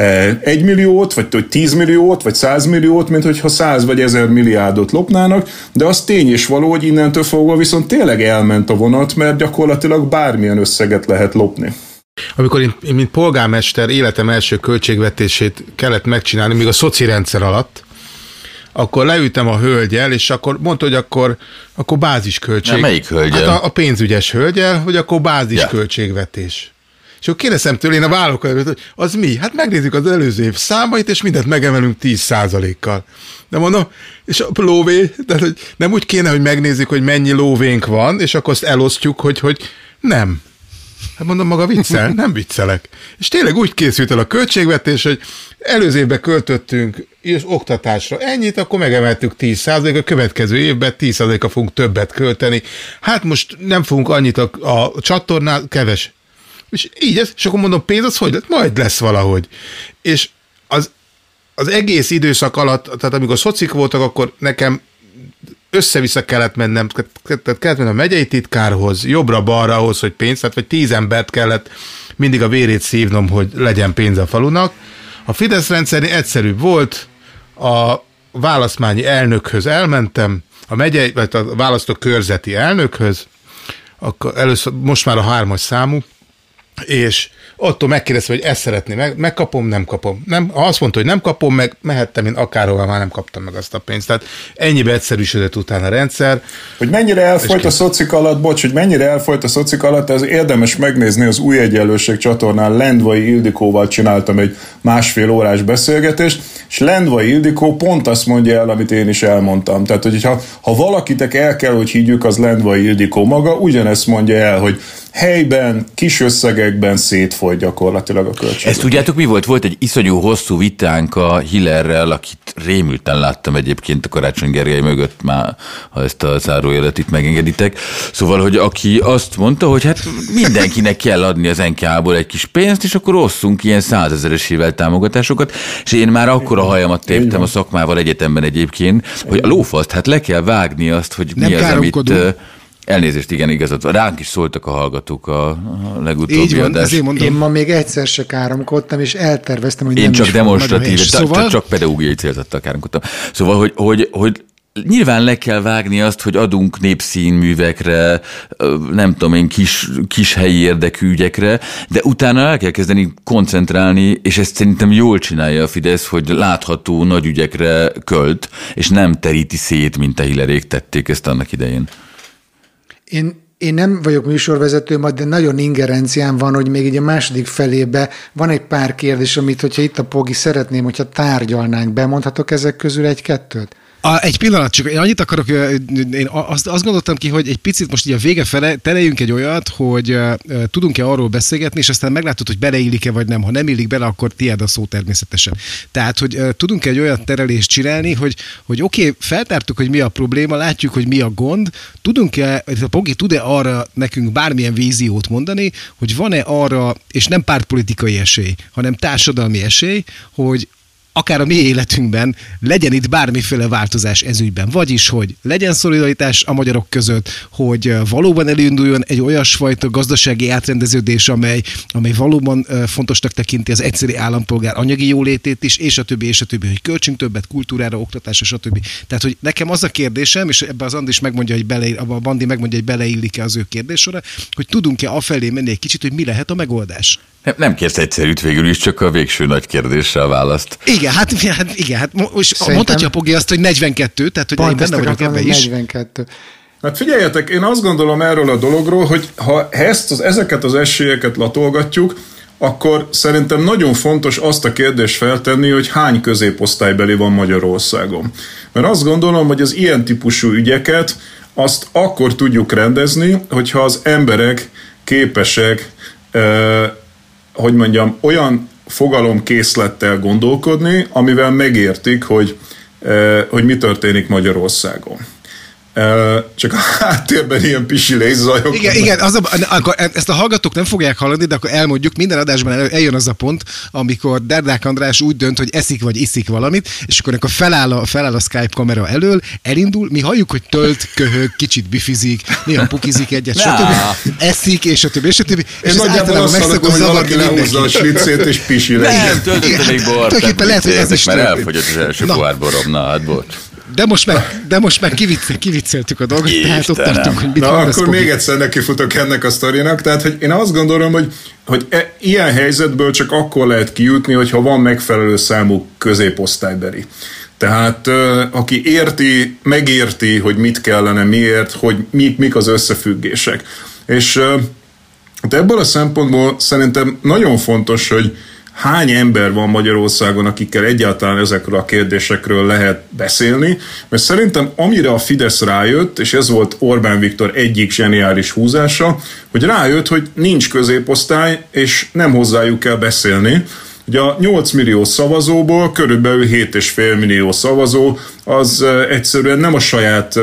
S7: egy milliót, vagy tíz milliót, vagy száz milliót, mint hogyha száz vagy ezer milliárdot lopnának, de az tény és való, hogy innentől fogva viszont tényleg elment a vonat, mert gyakorlatilag bármilyen összeget lehet lopni.
S6: Amikor én, én mint polgármester életem első költségvetését kellett megcsinálni, még a szoci rendszer alatt, akkor leültem a hölgyel, és akkor mondta, hogy akkor, akkor bázisköltség.
S4: Na, melyik hölgyel?
S6: Hát a, a pénzügyes hölgyel, hogy akkor bázisköltségvetés. És akkor kérdeztem tőle, én a vállók előtt, hogy az mi? Hát megnézzük az előző év számait, és mindent megemelünk tíz százalékkal. De mondom, és a lóvé, tehát hogy nem úgy kéne, hogy megnézzük, hogy mennyi lóvénk van, és akkor azt elosztjuk, hogy, hogy nem. Hát mondom, maga viccel? Nem viccelek. És tényleg úgy készült el a költségvetés, hogy előző évben költöttünk és oktatásra ennyit, akkor megemeltük tíz százalékra, a következő évben tíz százalékra fogunk többet költeni. Hát most nem fogunk annyit a, a csatornál, keves. És így ez, és akkor mondom, pénz az hogy lett? Majd lesz valahogy. És az, az egész időszak alatt, tehát amikor szocik voltak, akkor nekem össze-vissza kellett mennem, tehát kellett mennem a megyei titkárhoz, jobbra-balra ahhoz, hogy pénzt, tehát vagy tíz embert kellett mindig a vérét szívnom, hogy legyen pénz a falunak. A Fidesz rendszerén egyszerűbb volt, a választmányi elnökhöz elmentem, a megyei, vagy a választókörzeti elnökhöz, akkor először, most már a hármas számú, és attól megkérdezve, hogy ezt szeretné, meg, megkapom, nem kapom. Nem, ha azt mondta, hogy nem kapom, meg mehettem én akárhova, már nem kaptam meg azt a pénzt. Tehát ennyibe egyszerűsödött utána a rendszer.
S7: Hogy mennyire elfolyt a szocik alatt, bocs, hogy mennyire elfolyt a szocik alatt, ez érdemes megnézni az Új Egyenlőség csatornán. Lendvai Ildikóval csináltam egy másfél órás beszélgetést, és Lendvai Ildikó pont azt mondja el, amit én is elmondtam. Tehát, hogy ha, ha valakitek el kell, hogy higgyük, az Lendvai Ildikó maga, ugyanezt mondja el, hogy helyben, kis összegekben szétfoly gyakorlatilag a költség.
S4: Ezt tudjátok, mi volt? Volt egy iszonyú hosszú vitánk a Hillerrel, akit rémülten láttam egyébként a Karácsony Gergely mögött, már ha ezt a zárójelet itt megengeditek. Szóval, hogy aki azt mondta, hogy hát mindenkinek kell adni az en ká á-ból egy kis pénzt, és akkor osszunk ilyen százezeresével támogatásokat, és én már akkor a hajamat téptem a szakmával egyetemben egyébként, hogy a lófaszt, hát le kell vágni azt, hogy nem mi az, amit... Elnézést, igen, igazad. Ránk is szóltak a hallgatók a, a legutóbbi adás.
S5: Én ma még egyszer se káromkodtam, és elterveztem, hogy
S4: Én
S5: nem
S4: csak
S5: is
S4: demonstratív,
S5: szóval...
S4: csak pedagógiai célzattal káromkodtam. Szóval, hogy, hogy, hogy nyilván le kell vágni azt, hogy adunk népszínművekre, nem tudom én, kis, kis helyi érdekű ügyekre, de utána el kell kezdeni koncentrálni, és ezt szerintem jól csinálja a Fidesz, hogy látható nagy ügyekre költ, és nem teríti szét, mint a Hillerék tették ezt annak idején.
S5: Én, én nem vagyok műsorvezető, de nagyon ingerenciám van, hogy még így a második felébe van egy pár kérdés, amit, hogyha itt a Pogi, szeretném, hogyha tárgyalnánk. Bemondhatok ezek közül egy-kettőt?
S3: A, egy pillanat, csak én annyit akarok, én azt, azt gondoltam ki, hogy egy picit most így a vége fele tereljünk egy olyat, hogy uh, tudunk-e arról beszélgetni, és aztán meglátod, hogy beleillik-e vagy nem. Ha nem illik bele, akkor tiéd a szó természetesen. Tehát, hogy uh, tudunk-e egy olyan terelést csinálni, hogy, hogy oké, okay, feltártuk, hogy mi a probléma, látjuk, hogy mi a gond, tudunk-e, a Pogi tud-e arra nekünk bármilyen víziót mondani, hogy van-e arra, és nem pártpolitikai esély, hanem társadalmi esély, hogy akár a mi életünkben legyen itt bármiféle változás ezügyben. Vagyis, hogy legyen szolidaritás a magyarok között, hogy valóban elinduljon egy olyasfajta gazdasági átrendeződés, amely, amely valóban fontosnak tekinti az egyszeri állampolgár anyagi jólétét is, és a többi, és a többi, hogy költsünk többet kultúrára, oktatásra, stb. Tehát, hogy nekem az a kérdésem, és ebben az Andi is megmondja, hogy bele, a Bandi megmondja, hogy beleillik-e az ő kérdéssorra, hogy tudunk-e afelé menni egy kicsit, hogy mi lehet a megoldás.
S4: Nem, nem kérsz egyszerűt végül is, csak a végső nagy kérdésre a választ.
S3: Igen, hát, hát igen, hát most Szerintem... mondhatja a Pogi azt, hogy negyvenkettő, tehát hogy én benne vagyok ebbe is.
S5: negyvenkettő.
S7: Hát figyeljetek, én azt gondolom erről a dologról, hogy ha ezt, az, ezeket az esélyeket latolgatjuk, akkor szerintem nagyon fontos azt a kérdést feltenni, hogy hány középosztálybeli van Magyarországon. Mert azt gondolom, hogy az ilyen típusú ügyeket azt akkor tudjuk rendezni, hogyha az emberek képesek euh, hogy mondjam, olyan fogalomkészlettel gondolkodni, amivel megértik, hogy, hogy mi történik Magyarországon. Csak a háttérben ilyen pisilész zajok.
S3: Igen, igen az a, akkor ezt a hallgatók nem fogják hallani, de akkor elmondjuk, minden adásban eljön az a pont, amikor Derdák András úgy dönt, hogy eszik vagy iszik valamit, és akkor, akkor feláll, a, feláll a Skype kamera elől, elindul, mi halljuk, hogy tölt, köhög, kicsit bifizik, néha pukizik egyet, stb. Eszik, és a többi, és a többi.
S7: És ez általában megszokott, hogy valaki lehúzza a slicét, és pisil.
S4: Nem, töltötte még bort.
S3: Tulajdonképpen lehet, hogy ez is
S4: már elfogyott az első pohár borom, na hát bocs.
S3: De most meg, de most meg kivicel, kivicceltük a dolgot, Istenem. Tehát ott tartunk, hogy mit
S7: Na akkor még egyszer nekifutok ennek a sztorinak, tehát hogy én azt gondolom, hogy, hogy e, ilyen helyzetből csak akkor lehet kijutni, hogyha van megfelelő számú középosztálybeli. Tehát aki érti, megérti, hogy mit kellene, miért, hogy mik, mik az összefüggések. És de ebből a szempontból szerintem nagyon fontos, hogy hány ember van Magyarországon, akikkel egyáltalán ezekről a kérdésekről lehet beszélni, mert szerintem amire a Fidesz rájött, és ez volt Orbán Viktor egyik zseniális húzása, hogy rájött, hogy nincs középosztály, és nem hozzájuk kell beszélni. Ugye a nyolc millió szavazóból körülbelül hét egész öt millió szavazó az egyszerűen nem a saját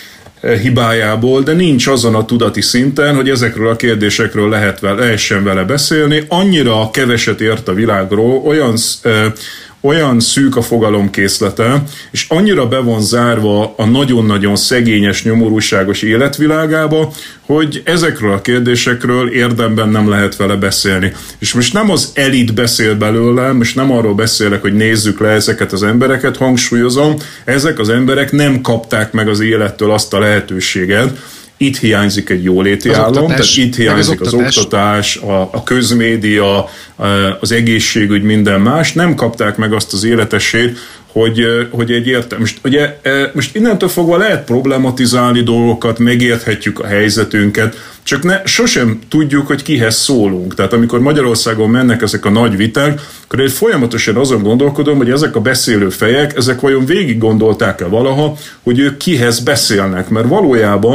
S7: hibájából, de nincs azon a tudati szinten, hogy ezekről a kérdésekről lehet vele, lehessen vele beszélni. Annyira keveset ért a világról, olyan, ö, olyan szűk a fogalomkészlete, és annyira be van zárva a nagyon-nagyon szegényes, nyomorúságos életvilágába, hogy ezekről a kérdésekről érdemben nem lehet vele beszélni. És most nem az elit beszél belőle, most nem arról beszélek, hogy nézzük le ezeket az embereket, hangsúlyozom, ezek az emberek nem kapták meg az élettől azt a lehetőséget. Itt hiányzik egy jóléti az állam, oktatás, tehát itt hiányzik az oktatás, az oktatás a, a közmédia, az egészségügy, minden más. Nem kapták meg azt az életesélyt, hogy, hogy egy értelmes. Most, ugye, most innentől fogva lehet problematizálni dolgokat, megérthetjük a helyzetünket, csak ne, sosem tudjuk, hogy kihez szólunk. Tehát amikor Magyarországon mennek ezek a nagy viták, akkor én folyamatosan azon gondolkodom, hogy ezek a beszélő fejek, ezek vajon végig gondolták-e valaha, hogy ők kihez beszélnek, mert valójában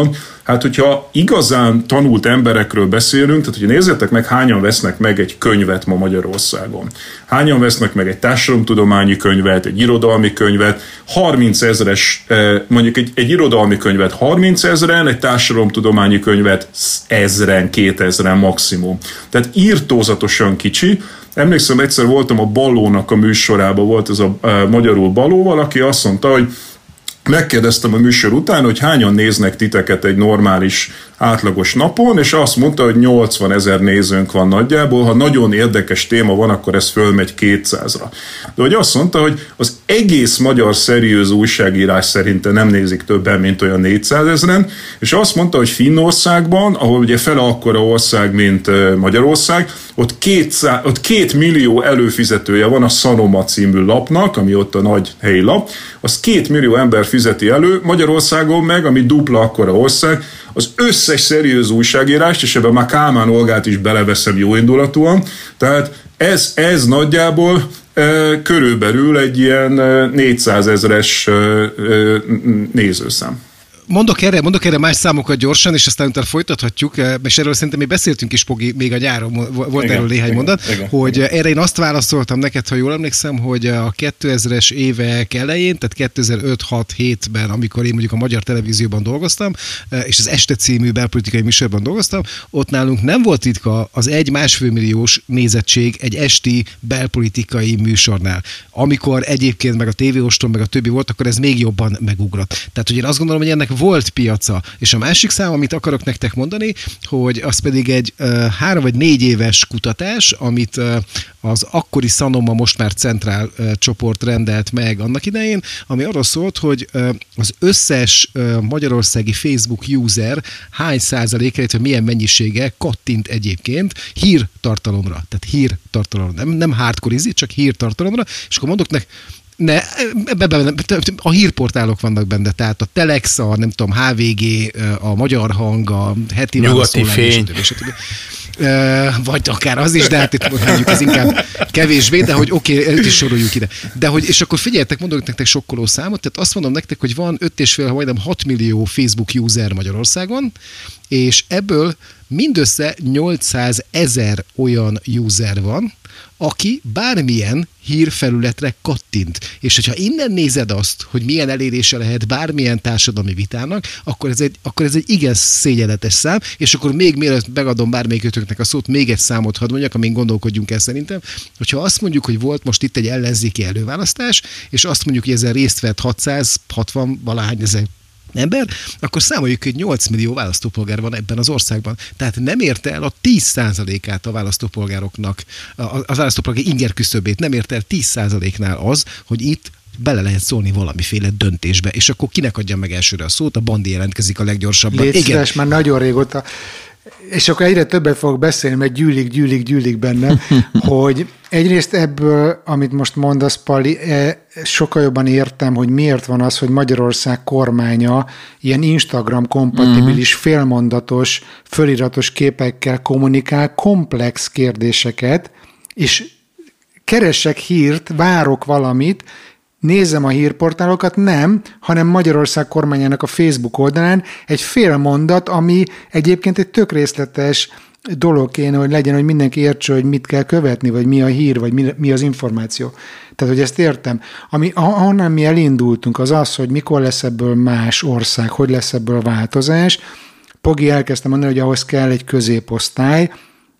S7: Hát, hogyha igazán tanult emberekről beszélünk, tehát hogy nézzétek meg, hányan vesznek meg egy könyvet ma Magyarországon. Hányan vesznek meg egy társadalomtudományi könyvet, egy irodalmi könyvet, harminc ezres, mondjuk egy, egy irodalmi könyvet harminc ezren, egy társadalomtudományi könyvet ezren, kétezren maximum. Tehát írtózatosan kicsi. Emlékszem, egyszer voltam a Ballónak a műsorában, volt ez a, a magyarul Baló, valaki azt mondta, hogy megkérdeztem a műsor után, hogy hányan néznek titeket egy normális, átlagos napon, és azt mondta, hogy nyolcvanezer nézőnk van nagyjából, ha nagyon érdekes téma van, akkor ez fölmegy kétszázra. De hogy azt mondta, hogy az egész magyar szeriőz újságírás szerinte nem nézik többen, mint olyan négyszázezren, és azt mondta, hogy Finnországban, ahol ugye fele akkora ország, mint Magyarország, ott, kétszáz, ott két millió előfizetője van a Sanoma című lapnak, ami ott a nagy helyi lap, az két millió ember fizeti elő, Magyarországon meg, ami dupla akkora ország, az összes szeriőz újságírást, és ebben már Kálmán Olgát is beleveszem jóindulatúan, tehát ez, ez nagyjából e, körülbelül egy ilyen négyszázezres e, e, nézőszám.
S3: Mondok erre, mondok erre más számokat gyorsan, és aztán utána folytathatjuk, és erről szerintem még beszéltünk is, Pogi, még a nyáron volt igen, erről néhány igen, mondat, igen, hogy igen. Erre én azt válaszoltam neked, ha jól emlékszem, hogy a kétezres évek elején, tehát kétezer-öt hat hétben, amikor én mondjuk a Magyar Televízióban dolgoztam, és az Este című belpolitikai műsorban dolgoztam, ott nálunk nem volt ritka az egy-másfél milliós nézettség egy esti belpolitikai műsornál. Amikor egyébként meg a tévéoston, meg a többi volt, akkor ez még jobban megugrott. Tehát, hogy én azt gondolom, hogy ennek volt piaca. És a másik szám, amit akarok nektek mondani, hogy az pedig egy uh, három vagy négy éves kutatás, amit uh, az akkori Sanoma, most már Centrál uh, csoport rendelt meg annak idején, ami arról szólt, hogy uh, az összes uh, magyarországi Facebook user hány százaléka, illetve milyen mennyisége kattint egyébként hírtartalomra. Tehát hírtartalomra. Nem, nem hardcore izi, csak hírtartalomra. És akkor mondok nek, Ne, be, be, a hírportálok vannak benne, tehát a Telex, a nem tudom, há vé gé, a Magyar Hang, a Heti
S6: Nyugati Fény.
S3: Vagy akár az is, de hát itt mondjuk ez inkább kevésbé, de hogy oké, okay, őt is soroljuk ide. De hogy, és akkor figyeljetek, mondok nektek sokkoló számot, tehát azt mondom nektek, hogy van öt és fél, majdnem hat millió Facebook user Magyarországon, és ebből mindössze nyolcszázezer olyan user van, aki bármilyen hírfelületre kattint. És hogyha innen nézed azt, hogy milyen elérése lehet bármilyen társadalmi vitának, akkor ez egy, akkor ez egy igen szégyenletes szám, és akkor még mielőtt megadom bármelyikőtöknek a szót, még egy számot hadd mondjak, amin gondolkodjunk el szerintem, hogyha azt mondjuk, hogy volt most itt egy ellenzéki előválasztás, és azt mondjuk, hogy ezzel részt vett hatszázhatvan valahány ezer ember, akkor számoljuk, hogy nyolc millió választópolgár van ebben az országban. Tehát nem érte el a tíz százalékát a választópolgároknak, a választópolgár inger küszöbét, nem érte el tíz százaléknál az, hogy itt bele lehet szólni valamiféle döntésbe. És akkor kinek adjam meg elsőre a szót? A Bandi jelentkezik a leggyorsabban.
S5: Légy szíves, már nagyon régóta. És akkor egyre többet fogok beszélni, mert gyűlik, gyűlik, gyűlik bennem, hogy egyrészt ebből, amit most mondasz, Pali, sokkal jobban értem, hogy miért van az, hogy Magyarország kormánya ilyen Instagram-kompatibilis, mm. félmondatos, föliratos képekkel kommunikál komplex kérdéseket, és keresek hírt, várok valamit, nézem a hírportálokat, nem, hanem Magyarország kormányának a Facebook oldalán egy fél mondat, ami egyébként egy tök részletes dolog kéne, hogy legyen, hogy mindenki értse, hogy mit kell követni, vagy mi a hír, vagy mi, mi az információ. Tehát, hogy ezt értem. Ami, ahonnan mi elindultunk, az az, hogy mikor lesz ebből más ország, hogy lesz ebből változás. Pogi elkezdte mondani, hogy ahhoz kell egy középosztály,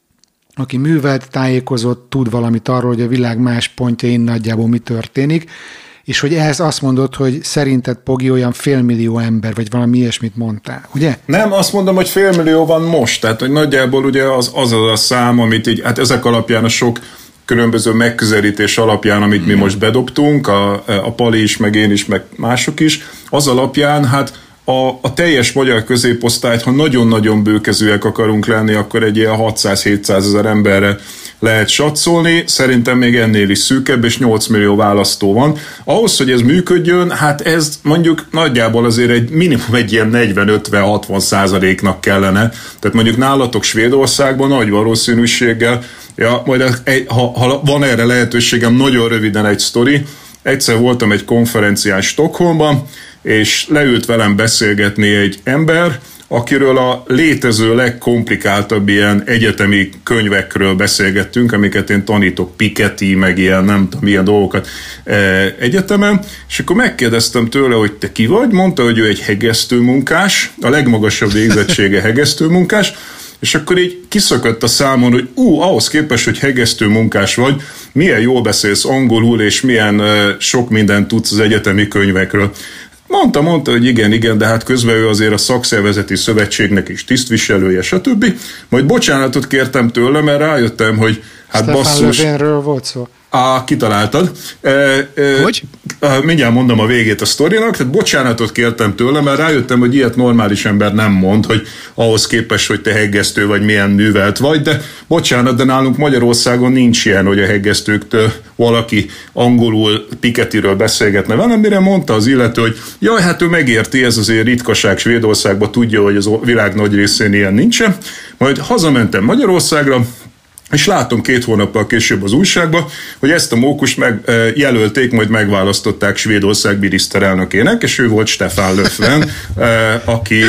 S5: aki művelt, tájékozott, tud valamit arról, hogy a világ más pontjain nagyjából mi történik, és hogy ehhez azt mondod, hogy szerinted, Pogi, olyan félmillió ember, vagy valami ilyesmit mondtál, ugye?
S7: Nem, azt mondom, hogy félmillió van most, tehát hogy nagyjából ugye az az, az a szám, amit így, hát ezek alapján a sok különböző megközelítés alapján, amit mi most bedobtunk, a, a Pali is, meg én is, meg mások is, az alapján, hát A, a teljes magyar középosztályt, ha nagyon-nagyon bőkezőek akarunk lenni, akkor egy ilyen hatszáz-hétszázezer emberre lehet satszolni. Szerintem még ennél is szűkebb, és nyolc millió választó van. Ahhoz, hogy ez működjön, hát ez mondjuk nagyjából azért egy minimum egy ilyen negyven-ötven-hatvan százaléknak kellene. Tehát mondjuk nálatok Svédországban nagy valószínűséggel, ja, majd egy, ha, ha van erre lehetőségem, nagyon röviden egy sztori. Egyszer voltam egy konferencián Stockholmban, és leült velem beszélgetni egy ember, akiről a létező legkomplikáltabb ilyen egyetemi könyvekről beszélgettünk, amiket én tanítok, Piketty, meg ilyen nem tudom, milyen dolgokat egyetemen, és akkor megkérdeztem tőle, hogy te ki vagy, mondta, hogy ő egy hegesztőmunkás, a legmagasabb végzettsége hegesztőmunkás, és akkor így kiszakadt a számon, hogy ú, ahhoz képest, hogy hegesztő munkás vagy, milyen jól beszélsz angolul, és milyen uh, sok mindent tudsz az egyetemi könyvekről. Mondta, mondta, hogy igen, igen, de hát közben ő azért a szakszervezeti szövetségnek is tisztviselője, stb. Majd bocsánatot kértem tőle, mert rájöttem, hogy hát
S5: Stefan
S7: basszus...
S5: Löfvenről volt szó.
S7: Á, kitaláltad. E, e,
S3: hogy?
S7: E, mindjárt mondom a végét a sztorinak, tehát bocsánatot kértem tőle, mert rájöttem, hogy ilyet normális ember nem mond, hogy ahhoz képest, hogy te heggesztő vagy, milyen művelt vagy, de bocsánat, de nálunk Magyarországon nincs ilyen, hogy a heggesztőktől valaki angolul Pikettyről beszélgetne velem, mire mondta az illető, hogy jaj, hát ő megérti, ez azért ritkaság Svédországban, tudja, hogy az világ nagy részén ilyen nincsen. Majd hazamentem Magyarországra, és látom két hónappal később az újságban, hogy ezt a mókust megjelölték, majd megválasztották Svédország miniszterelnökének, és ő volt Stefan Löfven, aki,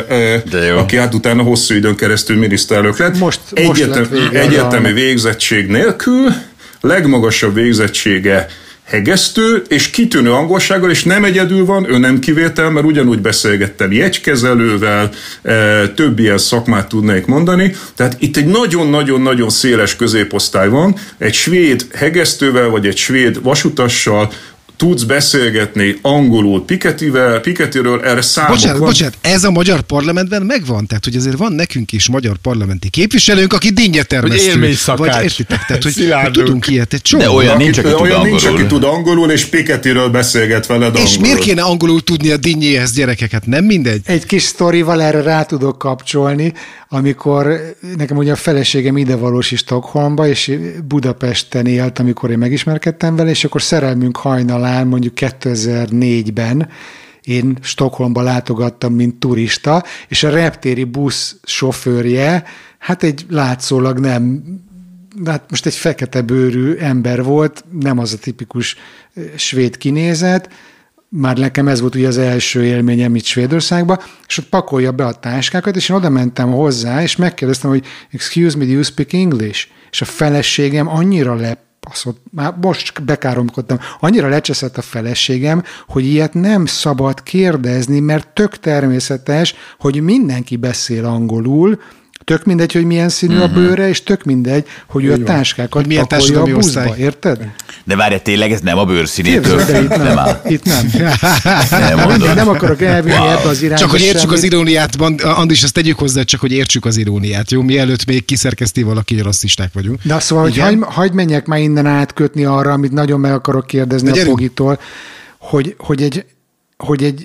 S7: aki hát utána hosszú időn keresztül miniszterelnök lett. Most, Egyetem, most lett egyetemi végzettség nélkül, legmagasabb végzettsége hegesztő, és kitűnő angolsággal, és nem egyedül van, ő nem kivétel, mert ugyanúgy beszélgettem jegykezelővel, több ilyen szakmát tudnék mondani, tehát itt egy nagyon-nagyon-nagyon széles középosztály van, egy svéd hegesztővel, vagy egy svéd vasutassal tudsz beszélgetni angolul Pikettyvel, Pikettyről, erre számok
S3: bocsánat,
S7: van.
S3: Bocsánat, ez a magyar parlamentben megvan, tehát hogy azért van nekünk is magyar parlamenti képviselőnk, aki dinnyetermesztő.
S6: Vagy élményszakács.
S3: Vagy értitek, tehát hogy, hogy tudunk ilyet, egy csomó.
S4: De olyan nincs, aki tud
S7: olyan
S4: angolul.
S7: nincs, aki tud angolul, és Pikettyről beszélget veled
S3: És
S7: angolul.
S3: miért kéne angolul tudni a dinnyéhez gyerekeket? Nem mindegy?
S5: Egy kis sztorival erre rá tudok kapcsolni, amikor nekem ugye a feleségem idevalós is Stockholmba, és Budapesten élt, amikor én megismerkedtem vele, és akkor szerelmünk hajnalán, mondjuk kétezer-négyben én Stockholmba látogattam, mint turista, és a reptéri busz sofőrje, hát egy látszólag nem, hát most egy fekete bőrű ember volt, nem az a tipikus svéd kinézet, már nekem ez volt ugye az első élményem itt Svédországban, és ott pakolja be a táskákat, és én oda mentem hozzá, és megkérdeztem, hogy excuse me, do you speak English? És a feleségem annyira lepaszott, már most bekáromkodtam, annyira lecseszett a feleségem, hogy ilyet nem szabad kérdezni, mert tök természetes, hogy mindenki beszél angolul, tök mindegy, hogy milyen színű a bőre, és tök mindegy, hogy ő a táskákat
S3: milyen
S5: pakolja a buszba,
S3: osztály.
S5: érted?
S4: De várj, tényleg ez nem a bőrszínétől?
S5: De itt nem.
S4: nem áll.
S5: Itt nem.
S4: Nem
S5: Nem,
S4: mondod.
S5: nem akarok elvinni wow. ebbe az irányba.
S3: Csak hogy értsük
S5: semmit.
S3: az iróniát, Andis, azt tegyük hozzá, csak hogy értsük az iróniát, jó? Mielőtt még kiszerkeszti valaki, hogy rasszisták vagyunk.
S5: De szóval, hogy hagy, hagy menjek már innen átkötni arra, amit nagyon meg akarok kérdezni a Pogitól, hogy, hogy, egy, hogy egy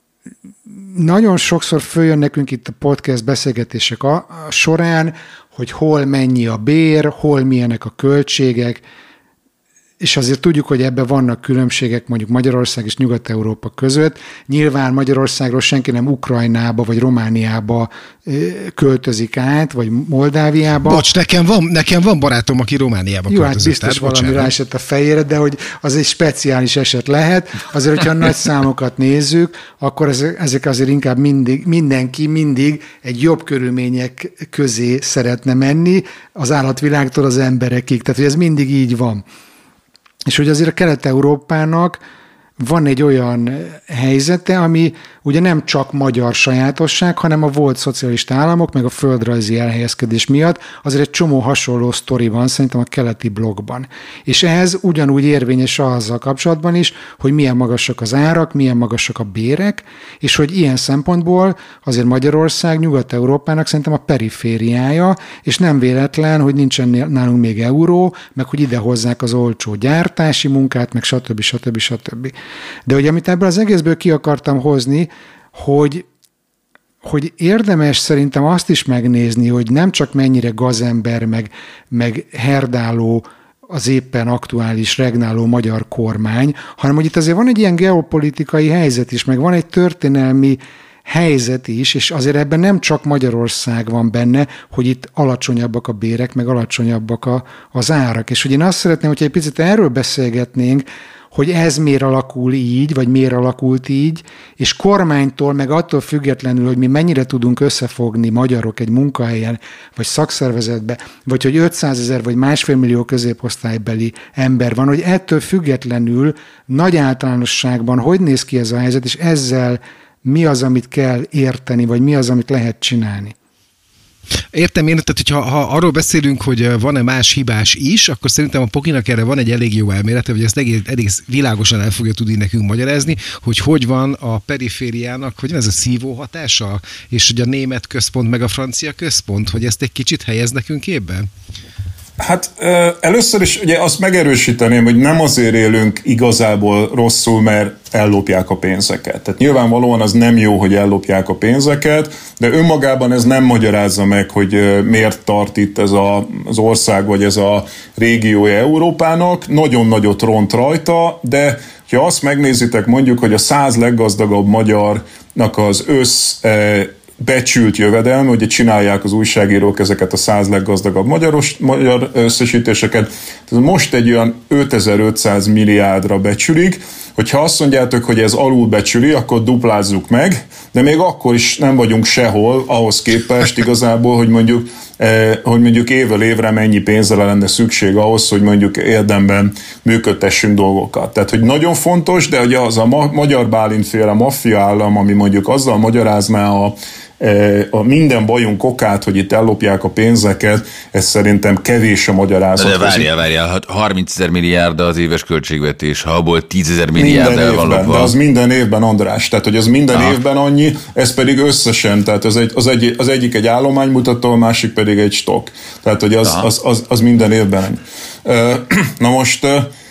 S5: nagyon sokszor följön nekünk itt a podcast beszélgetések a, a során, hogy hol mennyi a bér, hol milyenek a költségek, és azért tudjuk, hogy ebben vannak különbségek mondjuk Magyarország és Nyugat-Európa között. Nyilván Magyarországról senki nem Ukrajnába vagy Romániába költözik át, vagy Moldáviába.
S3: Bocs, nekem van, nekem van barátom, aki Romániába
S5: Jó,
S3: költözött.
S5: hát biztos valami
S3: bocsánat.
S5: ráesett a fejére, de hogy az egy speciális eset lehet. Azért, hogyha nagy számokat nézzük, akkor ezek azért inkább mindig, mindenki mindig egy jobb körülmények közé szeretne menni, az állatvilágtól az emberekig. Tehát, hogy ez mindig így van. És hogy azért a Kelet-Európának van egy olyan helyzete, ami ugye nem csak magyar sajátosság, hanem a volt szocialista államok, meg a földrajzi elhelyezkedés miatt azért egy csomó hasonló sztori van szerintem a keleti blokkban. És ez ugyanúgy érvényes azzal kapcsolatban is, hogy milyen magasak az árak, milyen magasak a bérek, és hogy ilyen szempontból azért Magyarország Nyugat-Európának szerintem a perifériája, és nem véletlen, hogy nincsen nálunk még euró, meg hogy ide hozzák az olcsó gyártási munkát, meg stb. stb. stb. De hogy amit ebből az egészből ki akartam hozni, hogy, hogy érdemes szerintem azt is megnézni, hogy nem csak mennyire gazember, meg, meg herdáló az éppen aktuális, regnáló magyar kormány, hanem hogy itt azért van egy ilyen geopolitikai helyzet is, meg van egy történelmi helyzet is, és azért ebben nem csak Magyarország van benne, hogy itt alacsonyabbak a bérek, meg alacsonyabbak a, az árak. És hogy én azt szeretném, hogyha egy picit erről beszélgetnénk, hogy ez miért alakul így, vagy miért alakult így, és kormánytól, meg attól függetlenül, hogy mi mennyire tudunk összefogni magyarok egy munkahelyen, vagy szakszervezetbe, vagy hogy ötszázezer vagy másfél millió középosztálybeli ember van, hogy ettől függetlenül nagy általánosságban hogy néz ki ez a helyzet, és ezzel mi az, amit kell érteni, vagy mi az, amit lehet csinálni.
S3: Értem én, tehát hogyha ha arról beszélünk, hogy van-e más hibás is, akkor szerintem a Poginak erre van egy elég jó elmélete, hogy ezt egész, egész világosan el fogja tudni nekünk magyarázni, hogy hogy van a perifériának, hogy van ez a szívó hatása, és hogy a német központ meg a francia központ, hogy ezt egy kicsit helyez nekünk képben?
S7: Hát először is ugye azt megerősíteném, hogy nem azért élünk igazából rosszul, mert ellopják a pénzeket. Tehát nyilvánvalóan az nem jó, hogy ellopják a pénzeket, de önmagában ez nem magyarázza meg, hogy miért tart itt ez a, az ország, vagy ez a régiója Európának. Nagyon nagyot ront rajta, de ha azt megnézitek mondjuk, hogy a száz leggazdagabb magyarnak az össz becsült jövedelme, ugye csinálják az újságírók ezeket a száz leggazdagabb magyaros, magyar összesítéseket, ez most egy olyan ötezer-ötszáz milliárdra becsülik, hogyha azt mondjátok, hogy ez alulbecsüli, akkor duplázzuk meg, de még akkor is nem vagyunk sehol ahhoz képest igazából, hogy mondjuk, eh, hogy mondjuk évről évre mennyi pénzre lenne szükség ahhoz, hogy mondjuk érdemben működtessünk dolgokat. Tehát, hogy nagyon fontos, de ugye az a ma- magyar Bálintféle maffia állam, ami mondjuk azzal magyarázná a a minden bajunk okát, hogy itt ellopják a pénzeket, ez szerintem kevés a magyarázat.
S4: De várjál, várjál, harmincezer milliárd az éves költségvetés, ha abból tízezer milliárd el van lopva.
S7: De az minden évben, András, tehát hogy az minden Aha. évben annyi, ez pedig összesen, tehát az, egy, az, egy, az egyik egy állománymutató, a másik pedig egy stok. Tehát, hogy az, az, az, az minden évben annyi. Na most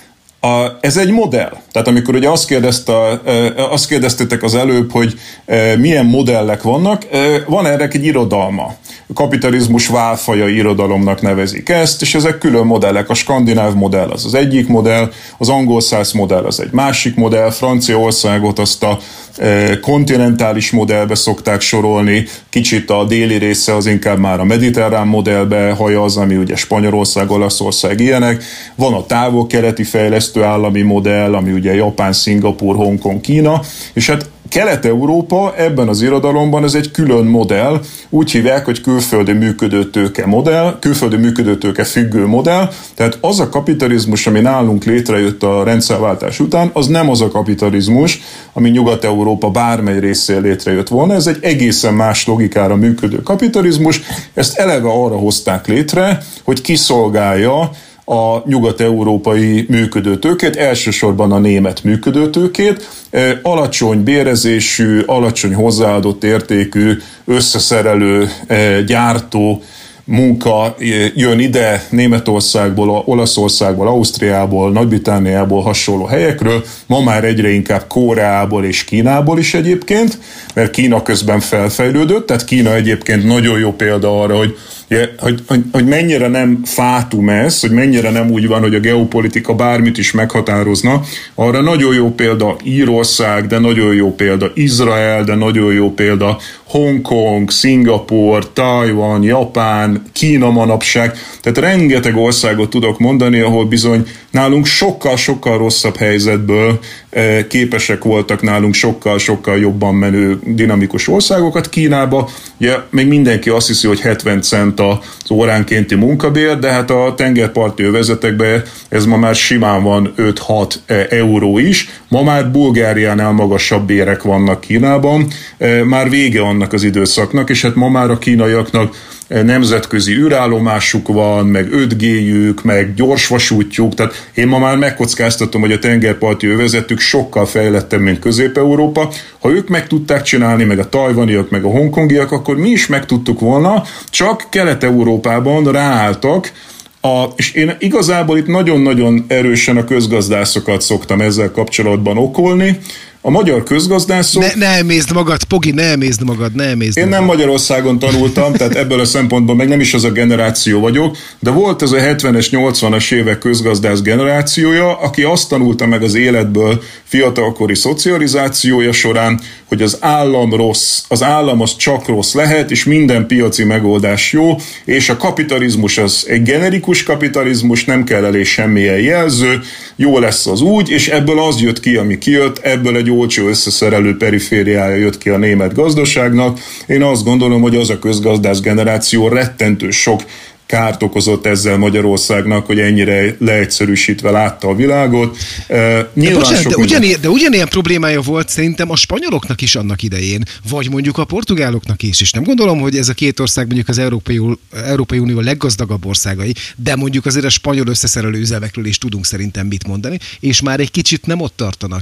S7: A, ez egy modell. Tehát amikor ugye azt, kérdezte, azt kérdeztétek az előbb, hogy milyen modellek vannak, van erre egy irodalma. A kapitalizmus válfaja irodalomnak nevezik ezt, és ezek külön modellek. A skandináv modell az az egyik modell, az angol-szász modell az egy másik modell, Franciaországot azt a kontinentális modellbe szokták sorolni, kicsit a déli része az inkább már a mediterrán modellbe hajaz, ami ugye Spanyolország, Olaszország ilyenek. Van a távol-keleti fejlesztő állami modell, ami ugye Japán, Szingapúr, Hongkong, Kína, és hát Kelet-Európa ebben az irodalomban ez egy külön modell, úgy hívják, hogy külföldi működőtőke modell, külföldi működőtőke függő modell, tehát az a kapitalizmus, ami nálunk létrejött a rendszerváltás után, az nem az a kapitalizmus, ami Nyugat-Európa bármely részén létrejött volna, ez egy egészen más logikára működő kapitalizmus, ezt eleve arra hozták létre, hogy kiszolgálja a nyugat-európai működőtőkét, elsősorban a német működőtőkét, alacsony bérezésű, alacsony hozzáadott értékű, összeszerelő, gyártó munka jön ide Németországból, Olaszországból, Ausztriából, Nagy-Britanniából, hasonló helyekről, ma már egyre inkább Koreából és Kínából is egyébként, mert Kína közben felfejlődött, tehát Kína egyébként nagyon jó példa arra, hogy Hogy, hogy, hogy mennyire nem fátum ez, hogy mennyire nem úgy van, hogy a geopolitika bármit is meghatározna. Arra nagyon jó példa Írország, de nagyon jó példa Izrael, de nagyon jó példa Hongkong, Szingapúr, Tajvan, Japán, Kína manapság. Tehát rengeteg országot tudok mondani, ahol bizony nálunk sokkal-sokkal rosszabb helyzetből képesek voltak nálunk sokkal-sokkal jobban menő dinamikus országokat. Kínába ugye még mindenki azt hiszi, hogy hetven cent az óránkénti munkabér, de hát a tengerparti övezetekben ez ma már simán van öt-hat euró is. Ma már Bulgáriánál magasabb bérek vannak Kínában. Már vége annak az időszaknak, és hát ma már a kínaiaknak nemzetközi űrállomásuk van, meg öt G-jük, meg gyorsvasútjuk, tehát én ma már megkockáztatom, hogy a tengerparti övezetük sokkal fejlettebb, mint Közép-Európa. Ha ők meg tudták csinálni, meg a tajvaniak, meg a hongkongiak, akkor mi is meg tudtuk volna, csak Kelet-Európában ráálltak, A, és én igazából itt nagyon-nagyon erősen a közgazdászokat szoktam ezzel kapcsolatban okolni. A magyar közgazdászok...
S3: Ne, ne emészd magad, Pogi, ne emészd magad, ne emészd
S7: Én
S3: magad.
S7: nem Magyarországon tanultam, tehát ebből a szempontból meg nem is az a generáció vagyok, de volt ez a hetvenes, nyolcvanas évek közgazdász generációja, aki azt tanulta meg az életből fiatalkori szocializációja során, hogy az állam rossz, az állam az csak rossz lehet, és minden piaci megoldás jó, és a kapitalizmus az egy generikus kapitalizmus, nem kell elé semmilyen jelző, jó lesz az úgy, és ebből az jött ki, ami kijött, ebből egy olcsó összeszerelő perifériája jött ki a német gazdaságnak. Én azt gondolom, hogy az a közgazdász generáció rettentő sok kárt okozott ezzel Magyarországnak, hogy ennyire leegyszerűsítve látta a világot. Uh,
S3: de, bocsánat, de, ugyanilyen, de ugyanilyen problémája volt szerintem a spanyoloknak is annak idején, vagy mondjuk a portugáloknak is, és nem gondolom, hogy ez a két ország mondjuk az Európai, Európai Unió leggazdagabb országai, de mondjuk azért a spanyol összeszerelő üzemekről is tudunk szerintem mit mondani, és már egy kicsit nem ott tartanak.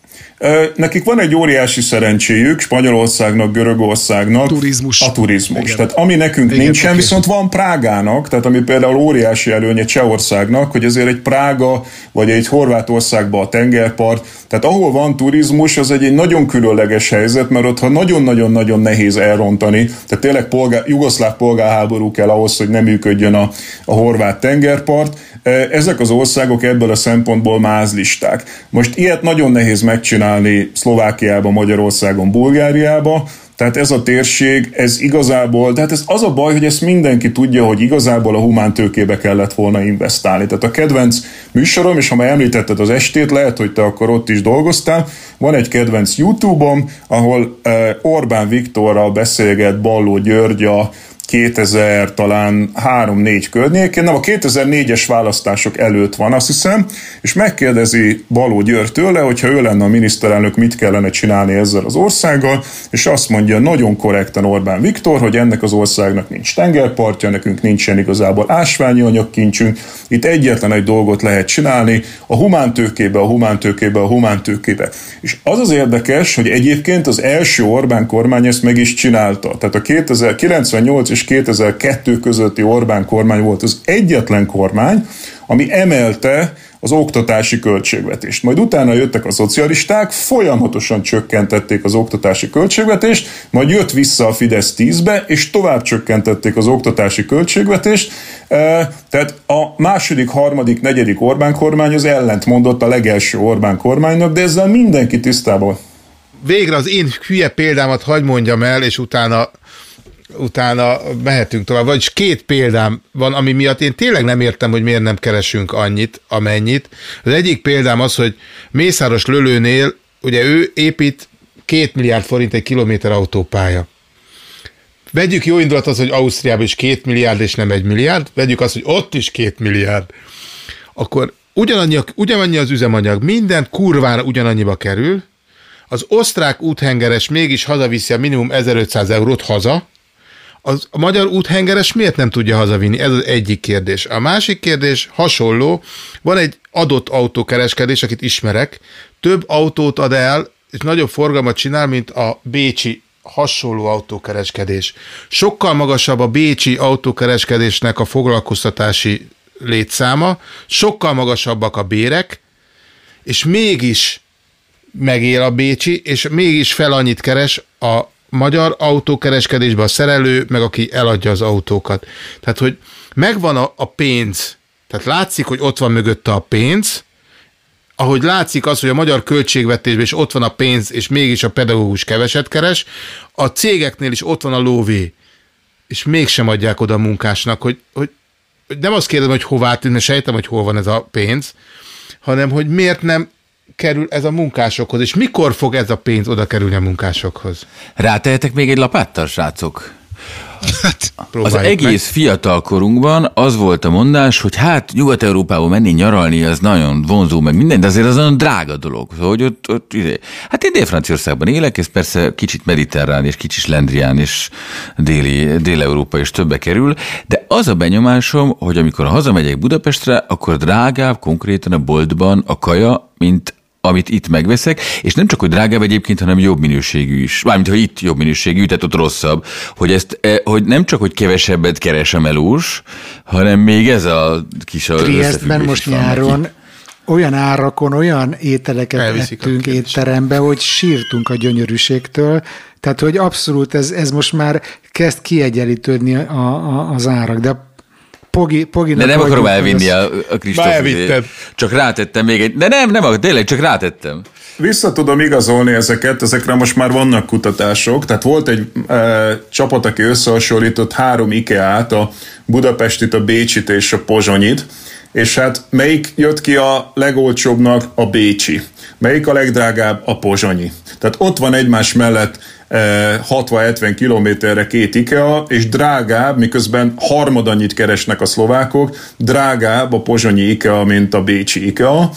S7: Nekik van egy óriási szerencséjük, Spanyolországnak, Görögországnak,
S3: turizmus.
S7: a turizmus. Igen. Tehát ami nekünk igen, nincsen, okay. Viszont van Prágának, tehát ami például óriási előnye Csehországnak, hogy azért egy Prága, vagy egy Horvátországban a tengerpart, tehát ahol van turizmus, az egy, egy nagyon különleges helyzet, mert ott nagyon-nagyon-nagyon nehéz elrontani, tehát tényleg polgár, jugoszláv polgárháború kell ahhoz, hogy nem működjön a, a horvát tengerpart. Ezek az országok ebből a szempontból mázlisták. Most ilyet nagyon nehéz megcsinálni Szlovákiában, Magyarországon, Bulgáriában, tehát ez a térség, ez igazából, tehát ez az a baj, hogy ezt mindenki tudja, hogy igazából a humántőkébe kellett volna investálni. Tehát a kedvenc műsorom, és ha már említetted az estét, lehet, hogy te akkor ott is dolgoztál, van egy kedvenc YouTube-om, ahol Orbán Viktorral beszélget Balló György a kétezer talán három-négy környékén, nem, a kétezer-négyes választások előtt van, azt hiszem, és megkérdezi Baló György tőle, hogyha ő lenne a miniszterelnök, mit kellene csinálni ezzel az országgal, és azt mondja nagyon korrekten Orbán Viktor, hogy ennek az országnak nincs tengerpartja, nekünk nincsen igazából ásványi anyagkincsünk, itt egyetlen egy dolgot lehet csinálni, a humántőkébe, a humántőkébe, a humántőkébe. És az az érdekes, hogy egyébként az első Orbán kormány ezt meg is csinálta. Tehát a kétezer-kilencvennyolc és kétezer-kettő közötti Orbán kormány volt az egyetlen kormány, ami emelte az oktatási költségvetést. Majd utána jöttek a szocialisták, folyamatosan csökkentették az oktatási költségvetést, majd jött vissza a Fidesz tízbe, és tovább csökkentették az oktatási költségvetést. Tehát a második, harmadik, negyedik Orbán kormány az ellentmondott a legelső Orbán kormánynak, de ezzel mindenki tisztában.
S6: Végre az én hülye példámat hadd mondjam el, és utána utána mehetünk tovább. Vagyis két példám van, ami miatt én tényleg nem értem, hogy miért nem keresünk annyit, amennyit. Az egyik példám az, hogy Mészáros Lölőnél, ugye ő épít két milliárd forint egy kilométer autópálya. Vegyük jó indulat az, hogy Ausztriában is két milliárd és nem egy milliárd, vegyük azt, hogy ott is két milliárd. Akkor ugyanannyi, ugyanannyi az üzemanyag, minden kurvára ugyanannyiba kerül, az osztrák úthengeres mégis hazaviszi a minimum ezerötszáz eurót haza, az, a magyar úthengeres miért nem tudja hazavinni? Ez az egyik kérdés. A másik kérdés hasonló, van egy adott autókereskedés, akit ismerek, több autót ad el, és nagyobb forgalmat csinál, mint a bécsi hasonló autókereskedés. Sokkal magasabb a bécsi autókereskedésnek a foglalkoztatási létszáma, sokkal magasabbak a bérek, és mégis megél a bécsi, és mégis fel annyit keres a magyar autókereskedésben a szerelő, meg aki eladja az autókat. Tehát, hogy megvan a, a pénz, tehát látszik, hogy ott van mögötte a pénz, ahogy látszik az, hogy a magyar költségvetésben is ott van a pénz, és mégis a pedagógus keveset keres, a cégeknél is ott van a lóvé, és mégsem adják oda a munkásnak, hogy, hogy, hogy nem azt kérdezem, hogy hová tűnne, sejtem, hogy hol van ez a pénz, hanem, hogy miért nem kerül ez a munkásokhoz, és mikor fog ez a pénz oda kerülni a munkásokhoz?
S4: Rátehetek még egy lapáttal, srácok?
S3: Hát,
S4: az egész meg. Fiatal korunkban az volt a mondás, hogy hát Nyugat-Európába menni nyaralni, az nagyon vonzó, meg minden, de azért az nagyon drága dolog. Hogy ott, ott, hát én Dél-Franciaországban élek, ez persze kicsit mediterrán, és kicsit lendrián, és déli, Dél-Európa is többe kerül, de az a benyomásom, hogy amikor hazamegyek Budapestre, akkor drágább konkrétan a boltban a kaja, mint amit itt megveszek, és nem csak, hogy drágább egyébként, hanem jobb minőségű is. Mármint, ha itt jobb minőségű, tehát ott rosszabb. Hogy, ezt, hogy nem csak, hogy kevesebbet keres a melós, hanem még ez a kis
S5: Triestben most nyáron neki. Olyan árakon, olyan ételeket Elviszik ettünk étterembe, hogy sírtunk a gyönyörűségtől. Tehát, hogy abszolút ez, ez most már kezd kiegyenlítődni a, a, az árak. De Pogi, Poginak
S4: de nem akarom elvinni a, a Kristóf. Csak rátettem még egy... De nem, nem, tényleg csak rátettem.
S7: Vissza tudom igazolni ezeket, ezekre most már vannak kutatások. Tehát volt egy e, csapat, aki összehasonlított három IKEA-t, a Budapestit, a Bécsit és a Pozsonyit, és hát melyik jött ki a legolcsóbbnak? A bécsi. Melyik a legdrágább? A pozsonyi. Tehát ott van egymás mellett hatvan-hetven kilométerre két IKEA, és drágább, miközben harmad annyit keresnek a szlovákok, drágább a pozsonyi IKEA, mint a bécsi IKEA,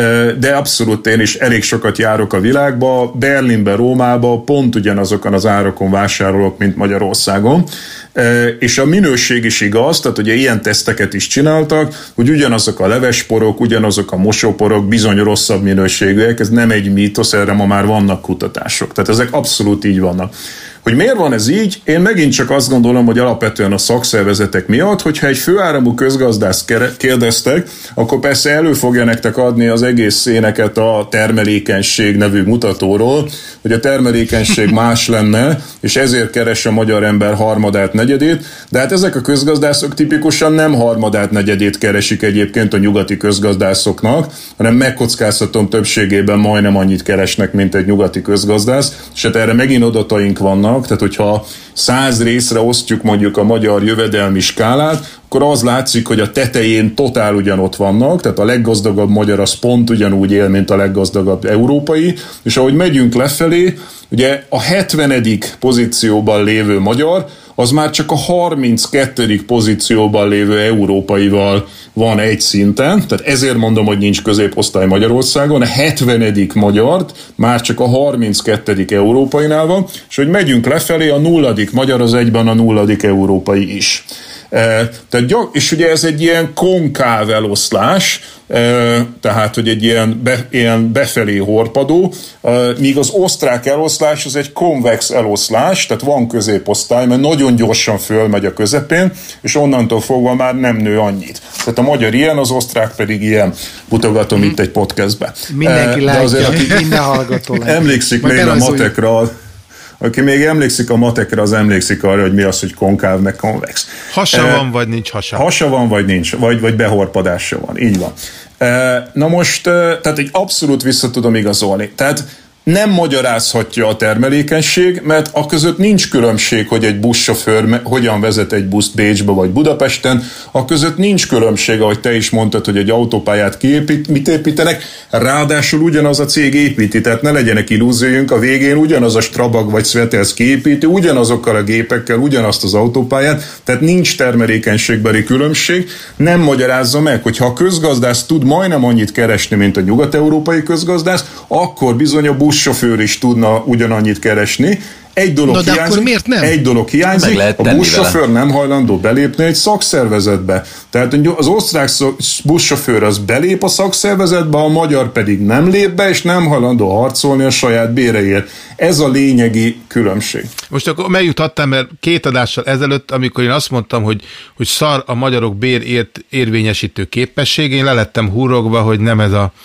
S7: de abszolút én is elég sokat járok a világba, Berlinbe, Rómába pont ugyanazokon az árakon vásárolok, mint Magyarországon, és a minőség is igaz, tehát ugye ilyen teszteket is csináltak, hogy ugyanazok a levesporok, ugyanazok a mosóporok bizony rosszabb minőségűek, ez nem egy mítosz, erre ma már vannak kutatások, tehát ezek abszolút így vannak. Hogy miért van ez így? Én megint csak azt gondolom, hogy alapvetően a szakszervezetek miatt, hogyha egy főáramú közgazdászt kérdeztek, akkor persze elő fogja nektek adni az egész széneket a termelékenység nevű mutatóról, hogy a termelékenység más lenne, és ezért keres a magyar ember harmadát, negyedét, de hát ezek a közgazdászok tipikusan nem harmadát, negyedét keresik egyébként a nyugati közgazdászoknak, hanem megkockáztatom többségében majdnem annyit keresnek, mint egy nyugati közgazdász, és hát erre megint adataink vannak. Tehát, hogyha száz részre osztjuk mondjuk a magyar jövedelmi skálát, akkor az látszik, hogy a tetején totál ugyanott vannak, tehát a leggazdagabb magyar az pont ugyanúgy él, mint a leggazdagabb európai, és ahogy megyünk lefelé, ugye a hetvenedik pozícióban lévő magyar, az már csak a harminckettedik pozícióban lévő európaival van egy szinten, tehát ezért mondom, hogy nincs középosztály Magyarországon, a hetvenedik magyart már csak a harminckettedik európainál van, és hogy megyünk lefelé, a nulladik magyar az egyben a nulladik európai is. E, tehát, és ugye ez egy ilyen konkáv eloszlás, e, tehát, hogy egy ilyen, be, ilyen befelé horpadó, e, míg az osztrák eloszlás az egy konvex eloszlás, tehát van középosztály, mert nagyon gyorsan fölmegy a közepén, és onnantól fogva már nem nő annyit. Tehát a magyar ilyen, az osztrák pedig ilyen. Mutogatom hmm. itt egy podcastbe.
S5: Mindenki e, látja, azért, aki minden hallgató látja.
S7: Emlékszik még a matekra, aki még emlékszik a matekre, az emlékszik arra, hogy mi az, hogy konkáv meg konvex.
S6: Hasa e, van, vagy nincs hasa.
S7: Hasa van, vagy nincs, vagy, vagy behorpadása van. Így van. E, na most, tehát egy abszolút vissza tudom igazolni. Tehát nem magyarázhatja a termelékenység, mert a között nincs különbség, hogy egy buszsofőr hogyan vezet egy buszt Bécsbe vagy Budapesten, a között nincs különbség, ahogy te is mondtad, hogy egy autópályát kiépít, mit építenek, ráadásul ugyanaz a cég építi, tehát ne legyenek illúzióink, a végén ugyanaz a Strabag vagy Svetelsz kiépíti, ugyanazokkal a gépekkel, ugyanazt az autópályát, tehát nincs termelékenységbeli különbség, nem magyarázza meg, hogyha a közgazdász tud majdnem annyit keresni, mint a nyugat-európai közgazdász, akkor bizony a busz sofőr is tudna ugyanannyit keresni. Egy dolog
S3: no,
S7: hiányzik,
S3: miért nem?
S7: Egy dolog hiányzik, a buszsofőr nem hajlandó belépni egy szakszervezetbe. Tehát az osztrák buszsofőr az belép a szakszervezetbe, a magyar pedig nem lép be, és nem hajlandó harcolni a saját béreért. Ez a lényegi különbség.
S6: Most akkor megjuthattam, mert két adással ezelőtt, amikor én azt mondtam, hogy, hogy szar a magyarok bérért érvényesítő képessége, én lelettem húrogva, hogy nem ez a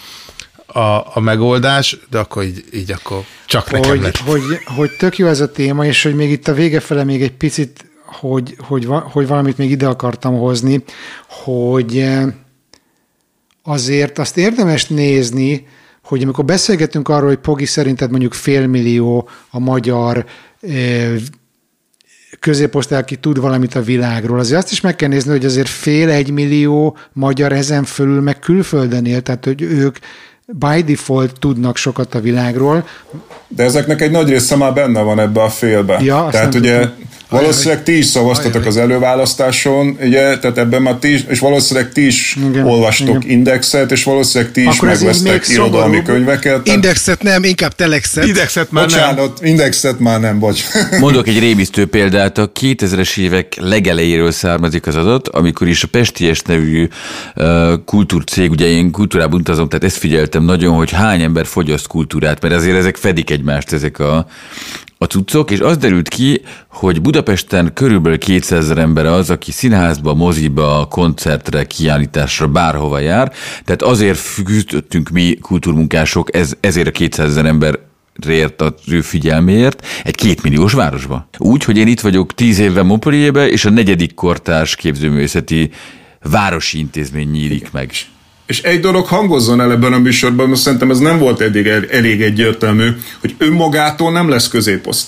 S6: A, a megoldás, de akkor így, így akkor csak nekem
S5: hogy,
S6: lett.
S5: Hogy, hogy tök jó ez a téma, és hogy még itt a vége fele még egy picit, hogy, hogy, hogy valamit még ide akartam hozni, hogy azért azt érdemes nézni, hogy amikor beszélgetünk arról, hogy Pogi szerinted mondjuk félmillió a magyar középosztály, aki tud valamit a világról, azért azt is meg kell nézni, hogy azért fél egymillió magyar ezen fölül meg külföldön él, tehát hogy ők by default tudnak sokat a világról.
S7: De ezeknek egy nagy része már benne van ebbe a félbe.
S5: Ja,
S7: tehát ugye tudom. Valószínűleg ti is szavaztatok az előválasztáson, ugye, tehát ebben már ti is, és valószínűleg ti is igen, olvastok igen. Indexet, és valószínűleg ti is akkor megvesztek irodalmi könyveket.
S3: Indexet nem, inkább telexet.
S6: Indexet már
S7: Bocsánat,
S6: nem.
S7: Indexet már nem, bocs.
S4: Mondok egy rémisztő példát, a kétezres évek legelejéről származik az adat, amikor is a Pesties nevű uh, kultúrcég, ugye én kultúrában utazom, tehát ezt figyeltem nagyon, hogy hány ember fogyaszt kultúrát, mert azért ezek fedik egymást, ezek a a cuccok, és az derült ki, hogy Budapesten körülbelül kétszázezer ember az, aki színházba, moziba, koncertre, kiállításra, bárhova jár. Tehát azért küzdöttünk mi kultúrmunkások ez, ezért a kétszázezer emberért, az ő figyelméért, egy kétmilliós városba. Úgy, hogy én itt vagyok tíz évvel Montpellierbe, és a negyedik kortárs képzőművészeti városi intézmény nyílik meg.
S7: És egy dolog hangozzon el ebben a műsorban, mert szerintem ez nem volt eddig elég egyértelmű, hogy önmagától nem lesz középosztály.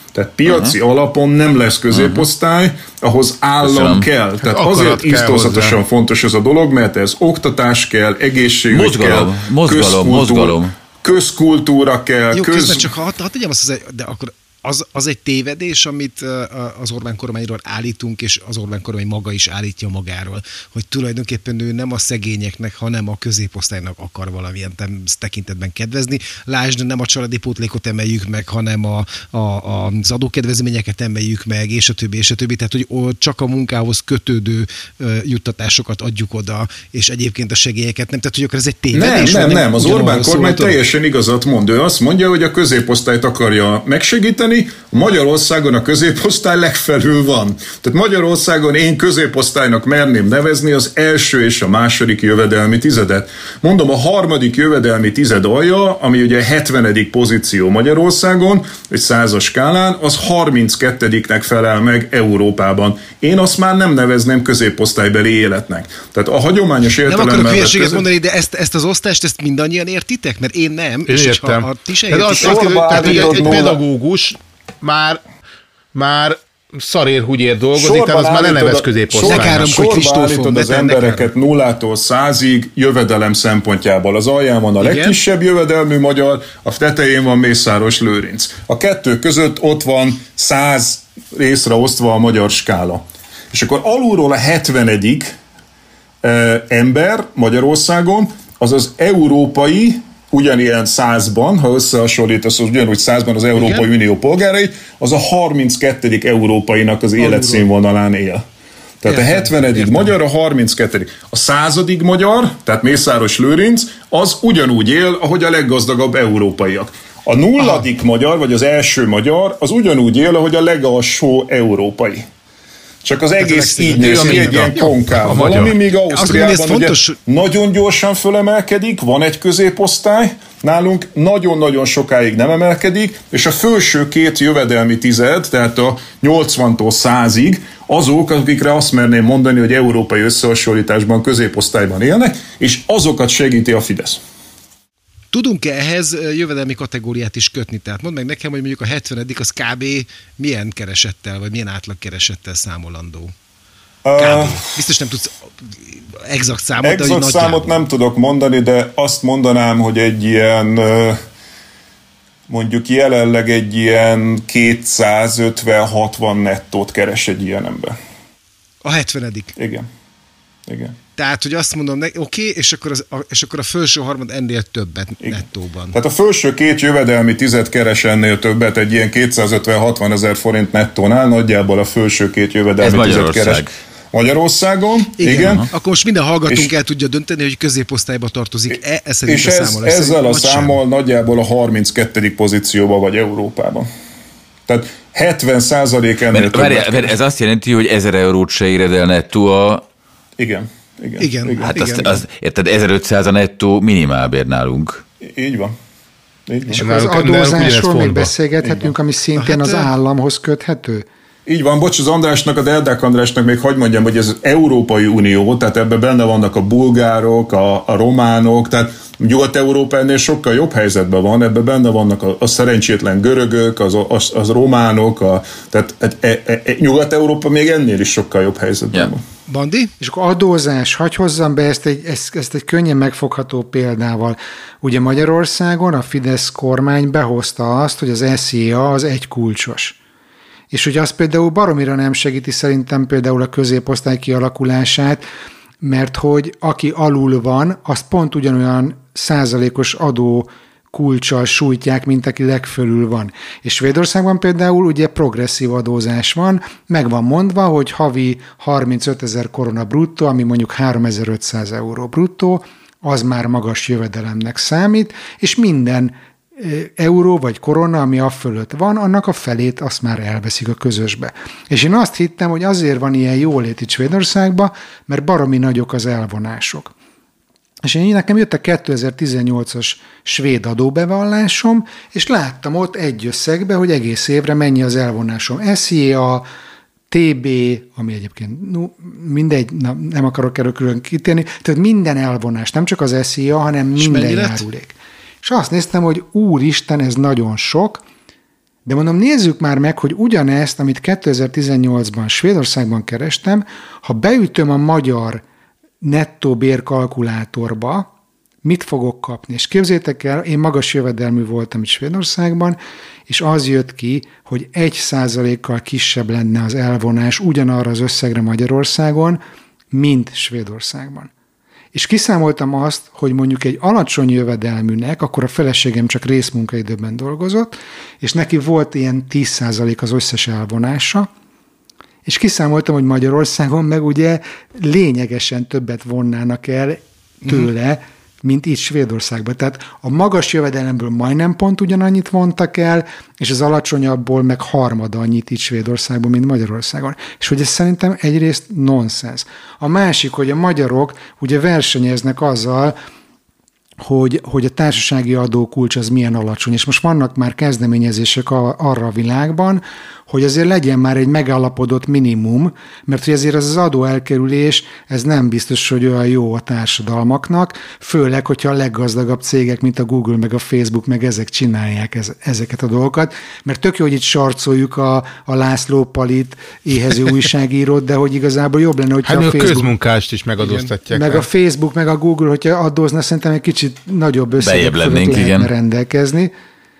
S7: Tehát piaci uh-huh. alapon nem lesz középosztály, uh-huh. ahhoz állam Köszönöm. kell. Tehát hát azért iszonyatosan fontos ez a dolog, mert ez oktatás kell, egészségügy
S4: mozgalom,
S7: kell,
S4: mozgalom,
S7: közkultúra,
S4: mozgalom.
S7: közkultúra kell.
S3: Jó,
S7: köz...
S3: közben csak ha, ha tegyem azt, az, de akkor az, az egy tévedés, amit az Orbán kormányról állítunk, és az Orbán kormány maga is állítja magáról, hogy tulajdonképpen ő nem a szegényeknek, hanem a középosztálynak akar valamilyen tekintetben kedvezni. Lásd, nem a családi pótlékot emeljük meg, hanem a, a, az adókedvezményeket emeljük meg, és a többi, és a többi. Tehát, hogy csak a munkához kötődő juttatásokat adjuk oda, és egyébként a segélyeket nem. Tehát, hogy akkor ez egy tévedés?
S7: Nem, nem, nem. Az Orbán kormány teljesen igazat mond. Ő azt mondja, hogy a középosztályt akarja megsegíteni. Magyarországon a középosztály legfelül van. Tehát Magyarországon én középosztálynak merném nevezni az első és a második jövedelmi tizedet. Mondom, a harmadik jövedelmi tized alja, ami ugye hetvenedik pozíció Magyarországon, egy százas skálán, az harminckettediknek felel meg Európában. Én azt már nem nevezném középosztálybeli életnek. Tehát a hagyományos értelemben...
S3: Nem akarok hülyeséget közé... mondani, de ezt, ezt az osztást, ezt mindannyian értitek? Mert én nem.
S6: Én
S3: és
S6: értem.
S3: Ha, ha ti se
S6: értitek,
S3: az,
S6: tehát egy, egy pedagógus már, már szarér húgyért dolgozik, tehát az már ne nevez középosztálynak.
S7: Sorba állítod az embereket nullától százig jövedelem szempontjából. Az alján van a Igen? legkisebb jövedelmű magyar, a tetején van Mészáros Lőrinc. A kettő között ott van száz részre osztva a magyar skála. És akkor alulról a hetvenedik eh, ember Magyarországon, az az európai, ugyanilyen százban, ha összehasonlítasz, az ugyanúgy százban az Európai Igen? Unió polgárai, az a harminckettedik európainak az életszínvonalán él. Tehát értem, a hetvenedik értem. magyar, a harminckettedik A századik magyar, tehát Mészáros Lőrinc, az ugyanúgy él, ahogy a leggazdagabb európaiak. A nulladik Aha. magyar, vagy az első magyar, az ugyanúgy él, ahogy a legalsó európai. Csak az egész így néz ki, egy ilyen konkáv valami, míg Ausztriában ugye nagyon gyorsan fölemelkedik, van egy középosztály, nálunk nagyon-nagyon sokáig nem emelkedik, és a felső két jövedelmi tized, tehát a nyolcvantól százig, azok, akikre azt merném mondani, hogy európai összehasonlításban középosztályban élnek, és azokat segíti a Fidesz.
S3: Tudunk-e ehhez jövedelmi kategóriát is kötni? Tehát mondd meg nekem, hogy mondjuk a hetvenedik az kb. Milyen keresettel, vagy milyen átlagkeresettel számolandó? Kb. Uh, Biztos nem tudsz exakt számot,
S7: exakt de
S3: hogy
S7: számot nem tudok mondani, de azt mondanám, hogy egy ilyen, mondjuk jelenleg egy ilyen kétszázötven-hatvan nettót keres egy ilyen ember.
S3: A hetvenedik
S7: Igen. Igen.
S3: Tehát, hogy azt mondom, oké, okay, és, akkor az, és akkor a felső harmad ennél többet Igen. nettóban.
S7: Tehát a felső két jövedelmi tized keres ennél többet, egy ilyen kétszázötven-hatvan ezer forint nettónál, nagyjából a felső két jövedelmi tized keres Magyarországon. Igen. Igen.
S3: Akkor most minden hallgatónk el tudja dönteni, hogy középosztályba tartozik-e, ez
S7: és ez, számol, ezzel a számmal nagyjából a harminckettedik pozícióban vagy Európában. Tehát hetven százalék ennél többet.
S4: Ez azt jelenti, hogy ezer eurót se éred el nettó a...
S7: Igen. Igen,
S3: igen,
S7: igen.
S4: Hát
S3: igen,
S4: azt,
S3: igen.
S4: azt, érted, ezerötszáz a nettó minimálbér nálunk.
S7: Így van. Így van.
S5: És akkor az adózásról még beszélgethetünk, ami szintén hát, az államhoz köthető?
S7: Így van, bocs, az Andrásnak, a Deldák Andrásnak még hagyd mondjam, hogy ez az Európai Unió, tehát ebben benne vannak a bulgárok, a, a románok, tehát Nyugat-Európa ennél sokkal jobb helyzetben van, ebben benne vannak a, a szerencsétlen görögök, az, az, az románok, a, tehát e, e, e, Nyugat-Európa még ennél is sokkal jobb helyzetben yeah. van.
S3: Bandi?
S5: És akkor adózás, hagyj hozzam be ezt egy, ezt, ezt egy könnyen megfogható példával. Ugye Magyarországon a Fidesz kormány behozta azt, hogy az es zé á az egy kulcsos. És hogy az például baromira nem segíti szerintem például a középosztály kialakulását, mert hogy aki alul van, azt pont ugyanolyan százalékos adó kulccsal sújtják, mint aki legfölül van. És Svédországban például ugye progresszív adózás van, meg van mondva, hogy havi harmincötezer korona bruttó, ami mondjuk háromezer-ötszáz euró bruttó, az már magas jövedelemnek számít, és minden euró vagy korona, ami a fölött van, annak a felét azt már elveszik a közösbe. És én azt hittem, hogy azért van ilyen jólét itt Svédországban, mert baromi nagyok az elvonások. És én nekem jött a kétezer-tizennyolcas svéd adóbevallásom, és láttam ott egy összegbe, hogy egész évre mennyi az elvonásom. es zé á, té bé, ami egyébként no, mindegy, na, nem akarok erről külön kitérni, tehát minden elvonás, nem csak az es zé á, hanem minden járulék. És azt néztem, hogy úristen, ez nagyon sok, De mondom, nézzük már meg, hogy ugyanezt, amit kétezer-tizennyolcban Svédországban kerestem, ha beütöm a magyar nettó bérkalkulátorba, mit fogok kapni? És képzétek el, én magas jövedelmű voltam itt Svédországban, és az jött ki, hogy egy százalékkal kisebb lenne az elvonás ugyanarra az összegre Magyarországon, mint Svédországban. És kiszámoltam azt, hogy mondjuk egy alacsony jövedelműnek, akkor a feleségem csak részmunkaidőben dolgozott, és neki volt ilyen tíz százalék az összes elvonása, és kiszámoltam, hogy Magyarországon meg ugye lényegesen többet vonnának el tőle, mm. mint itt Svédországban. Tehát a magas jövedelemből majdnem pont ugyanannyit vontak el, és az alacsonyabbból meg harmada annyit itt Svédországban, mint Magyarországon. És hogy ez szerintem egyrészt nonsens. A másik, hogy a magyarok ugye versenyeznek azzal, hogy, hogy a társasági adókulcs az milyen alacsony. És most vannak már kezdeményezések a, arra a világban, hogy azért legyen már egy megállapodott minimum, mert hogy ezért az, az adóelkerülés, ez nem biztos, hogy olyan jó a társadalmaknak, főleg, hogyha a leggazdagabb cégek, mint a Google, meg a Facebook, meg ezek csinálják ez, ezeket a dolgokat, mert tök jó, hogy itt sarcoljuk a, a László Palit éhező újságírót, de hogy igazából jobb lenne, hogyha
S6: hát
S5: a Facebook...
S6: közmunkást is megadóztatják.
S5: Meg a Facebook, meg a Google, hogyha adózna, szerintem egy kicsit nagyobb összegek fölött lehetne rendelkezni.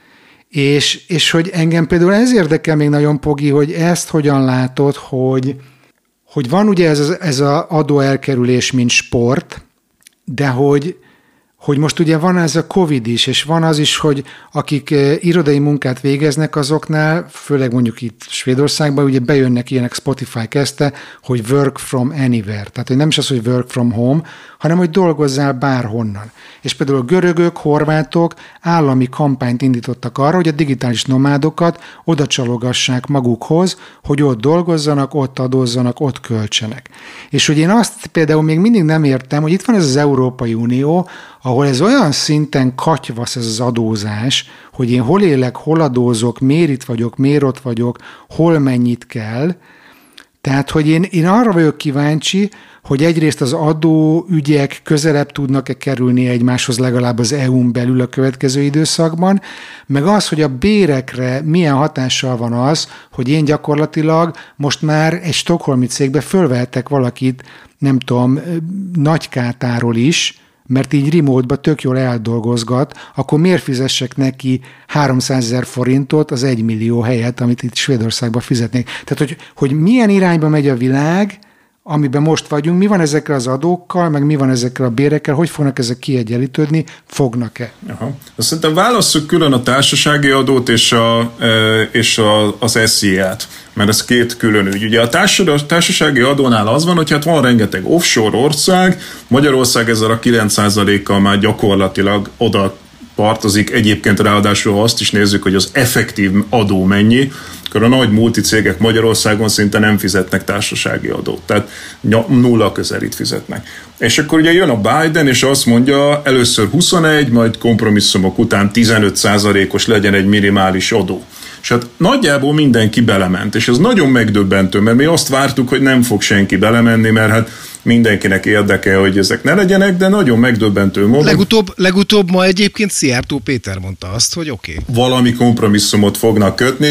S5: És, és hogy engem például ez érdekel még nagyon, Pogi, hogy ezt hogyan látod, hogy, hogy van ugye ez az ez a adóelkerülés, mint sport, de hogy, hogy most ugye van ez a Covid is, és van az is, hogy akik irodai munkát végeznek azoknál, főleg mondjuk itt Svédországban, ugye bejönnek ilyenek, Spotify kezdte, hogy work from anywhere. Tehát hogy nem is az, hogy work from home, hanem hogy dolgozzál bárhonnan. És például a görögök, horvátok állami kampányt indítottak arra, hogy a digitális nomádokat oda csalogassák magukhoz, hogy ott dolgozzanak, ott adózzanak, ott költsenek. És hogy én azt például még mindig nem értem, hogy itt van ez az Európai Unió, ahol ez olyan szinten katyvasz ez az adózás, hogy én hol élek, hol adózok, miért itt vagyok, miért ott vagyok, hol mennyit kell. Tehát, hogy én, én arra vagyok kíváncsi, hogy egyrészt az adóügyek közelebb tudnak-e kerülni egymáshoz legalább az é u-n belül a következő időszakban, meg az, hogy a bérekre milyen hatással van az, hogy én gyakorlatilag most már egy stockholmi cégbe fölvehetek valakit, nem tudom, Nagykátáról is, mert így remote-ba tök jól eldolgozgat, akkor miért fizessek neki háromszázezer forintot az egy millió helyett, amit itt Svédországban fizetnék. Tehát, hogy, hogy milyen irányba megy a világ, amiben most vagyunk, mi van ezekkel az adókkal, meg mi van ezekkel a bérekkel, hogy fognak ezek kiegyenlítődni, fognak-e?
S7: Aha. Szerintem válasszuk külön a társasági adót és, a, és a, az es zé á-t, mert ez két külön ügy. Ugye a társasági adónál az van, hogy hát van rengeteg offshore ország, Magyarország ezzel a kilenc százalékkal már gyakorlatilag oda tartozik, egyébként ráadásul azt is nézzük, hogy az effektív adó mennyi, akkor a nagy multicégek Magyarországon szinte nem fizetnek társasági adót, tehát nulla közelít fizetnek. És akkor ugye jön a Biden, és azt mondja, először huszonegy, majd kompromisszumok után tizenöt százalékos legyen egy minimális adó. És hát nagyjából mindenki belement, és ez nagyon megdöbbentő, mert mi azt vártuk, hogy nem fog senki belemenni, mert hát mindenkinek érdeke, hogy ezek ne legyenek, de nagyon megdöbbentő módon.
S3: Legutóbb, legutóbb ma egyébként Szijjártó Péter mondta azt, hogy oké. Okay.
S7: Valami kompromisszumot fognak kötni,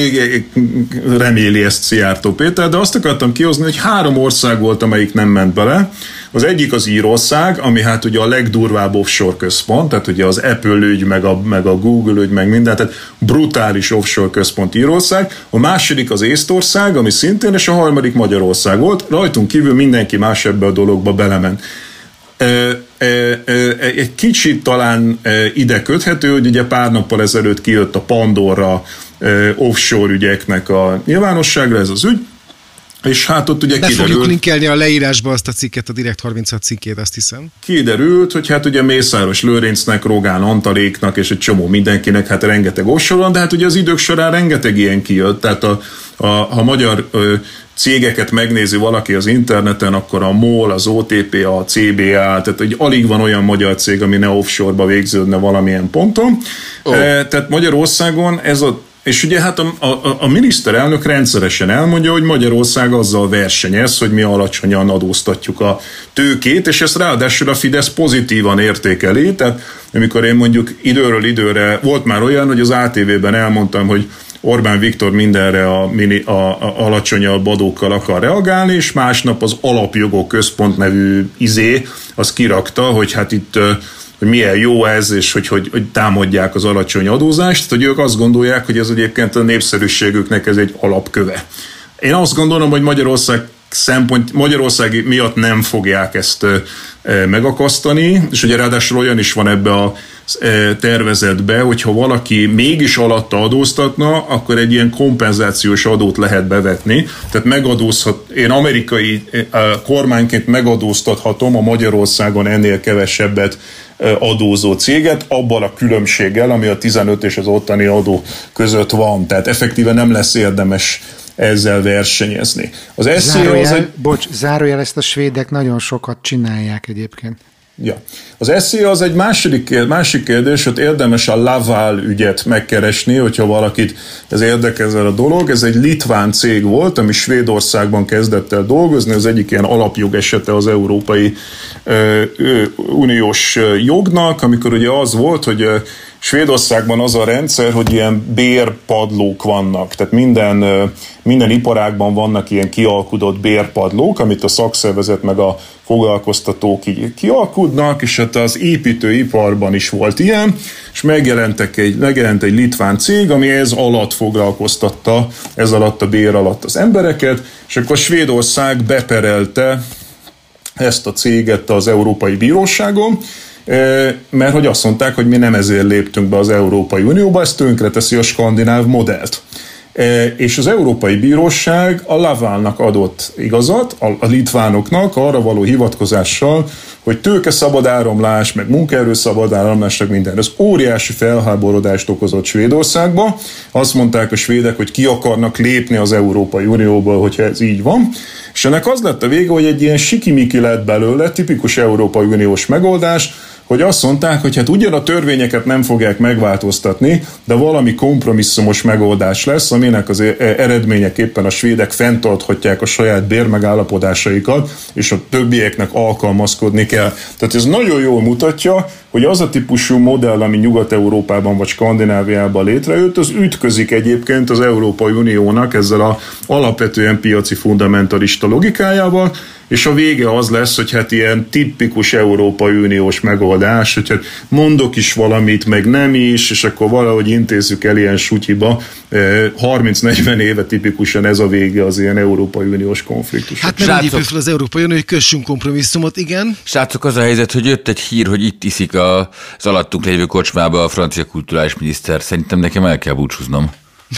S7: reméli ezt Szijjártó Péter, de azt akartam kihozni, hogy három ország volt, amelyik nem ment bele. Az egyik az Írország, ami hát ugye a legdurvább offshore központ, tehát ugye az Apple ügy, meg a, meg a Google ügy, meg minden, tehát brutális offshore központ Írország. A második az Észtország, ami szintén, és a harmadik Magyarország volt. Rajtunk kívül mindenki más ebbe a dologba belement. E, e, e, egy kicsit talán ide köthető, hogy ugye pár nappal ezelőtt kijött a Pandora e, offshore ügyeknek a nyilvánosságra ez az ügy, és hát ott ugye
S3: De
S7: kiderült...
S3: fogjuk linkelni a leírásba azt a cikket, a Direkt harminchat cikkét, azt hiszem.
S7: Kiderült, hogy hát ugye Mészáros Lőrincnek, Rogán Antaléknak és egy csomó mindenkinek hát rengeteg offshore van, de hát ugye az idők során rengeteg ilyen kijött, tehát a, a, ha magyar ö, cégeket megnézi valaki az interneten, akkor a MOL, az o té pé, a cé bé á, tehát hogy alig van olyan magyar cég, ami ne offshore-ba végződne valamilyen ponton. Oh. E, tehát Magyarországon ez a és ugye hát a, a, a miniszterelnök rendszeresen elmondja, hogy Magyarország azzal versenyez, hogy mi alacsonyan adóztatjuk a tőkét, és ezt ráadásul a Fidesz pozitívan értékeli, tehát amikor én mondjuk időről időre, volt már olyan, hogy az á té vében elmondtam, hogy Orbán Viktor mindenre a, mini, a, a alacsonyabb adókkal akar reagálni, és másnap az Alapjogok Központ nevű izé, az kirakta, hogy hát itt hogy milyen jó ez, és hogy, hogy, hogy támadják az alacsony adózást, hogy ők azt gondolják, hogy ez egyébként a népszerűségüknek ez egy alapköve. Én azt gondolom, hogy Magyarország szempont, Magyarország miatt nem fogják ezt e, megakasztani, és ugye ráadásul olyan is van ebbe a e, tervezetbe, hogyha valaki mégis alatta adóztatna, akkor egy ilyen kompenzációs adót lehet bevetni, tehát megadózhat, én amerikai e, kormányként megadóztathatom a Magyarországon ennél kevesebbet e, adózó céget, abban a különbséggel, ami a tizenöt és az ottani adó között van, tehát effektíven nem lesz érdemes ezzel versenyezni. Az es zé o az egy...
S5: Bocs, zárójel, ezt a svédek nagyon sokat csinálják egyébként.
S7: Ja. Az es zé o az egy második, másik kérdés, hogy érdemes a Laval ügyet megkeresni, hogyha valakit ez érdekel a dolog. Ez egy litván cég volt, ami Svédországban kezdett el dolgozni, az egyik ilyen alapjog esete az Európai ö, ö, Uniós jognak, amikor ugye az volt, hogy ö, Svédországban az a rendszer, hogy ilyen bérpadlók vannak, tehát minden, minden iparágban vannak ilyen kialkudott bérpadlók, amit a szakszervezet meg a foglalkoztatók így kialkudnak, és hát az építőiparban is volt ilyen, és megjelentek egy, megjelent egy litván cég, ami ez alatt foglalkoztatta, ez alatt a bér alatt az embereket, és akkor Svédország beperelte ezt a céget az Európai Bíróságon, mert hogy azt mondták, hogy mi nem ezért léptünk be az Európai Unióba, ez tönkreteszi a skandináv modellt. És az Európai Bíróság a Lavalnak adott igazat, a litvánoknak arra való hivatkozással, hogy tőke szabad áramlás, meg munkaerő szabad áramlás, meg minden. Ez óriási felháborodást okozott Svédországba. Azt mondták a svédek, hogy ki akarnak lépni az Európai Unióból, hogyha ez így van. És ennek az lett a vége, hogy egy ilyen sikimiki lett belőle, tipikus Európai Uniós megoldás, hogy azt mondták, hogy hát ugyan a törvényeket nem fogják megváltoztatni, de valami kompromisszumos megoldás lesz, aminek az eredményeképpen a svédek fenntarthatják a saját bérmegállapodásaikat, és a többieknek alkalmazkodni kell. Tehát ez nagyon jól mutatja, hogy az a típusú modell, ami Nyugat-Európában vagy Skandináviában létrejött, az ütközik egyébként az Európai Uniónak ezzel a alapvetően piaci fundamentalista logikájával, és a vége az lesz, hogy hát ilyen tipikus Európai Uniós megoldás, hogy hát mondok is valamit, meg nem is, és akkor valahogy intézzük el ilyen sutyiba. harminc-negyven éve tipikusan ez a vége az ilyen Európai Uniós konfliktus.
S3: Hát nem úgy fel az Európai Unió, hogy kössünk kompromisszumot, igen.
S4: Srácok, az a helyzet, hogy jött egy hír, hogy itt iszik az alattunk lévő kocsmába a francia kulturális miniszter. Szerintem nekem el kell búcsúznom.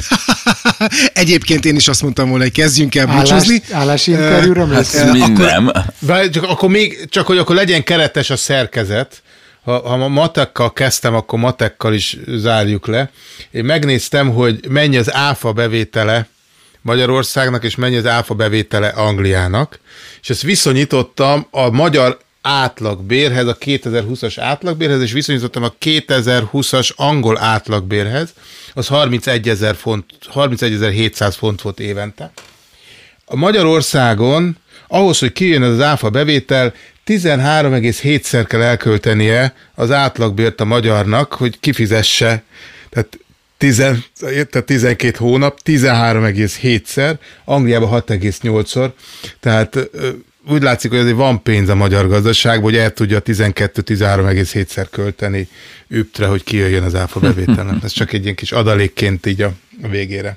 S3: Egyébként én is azt mondtam volna, hogy kezdjünk el búcsúzni.
S5: Állás, állásinterjúra uh,
S4: lesz? Hát minden.
S6: Csak akkor még, csak hogy akkor legyen keretes a szerkezet. Ha, ha matekkal kezdtem, akkor matekkal is zárjuk le. Én megnéztem, hogy mennyi az áfa bevétele Magyarországnak, és mennyi az áfa bevétele Angliának, és ezt viszonyítottam a magyar átlagbérhez, a kétezer-húszas átlagbérhez, és viszonyítottam a kétezer-húszas angol átlagbérhez, az harmincegyezer font, harmincegyezer-hétszáz font volt évente. A Magyarországon ahhoz, hogy kijön ez az áfa bevétel, tizenhárom egész hétszer kell elköltenie az átlagbért a magyarnak, hogy kifizesse, tehát, tizen, tehát tizenkét hónap, tizenhárom egész hétszer, Angliában hat egész nyolcszor, tehát úgy látszik, hogy azért van pénz a magyar gazdaságban, hogy el tudja tizenkét-tizenhárom egész hétszer költeni üptre, hogy kijöjjön az áfa bevételnek. Ez csak egy ilyen kis adalékként így a végére.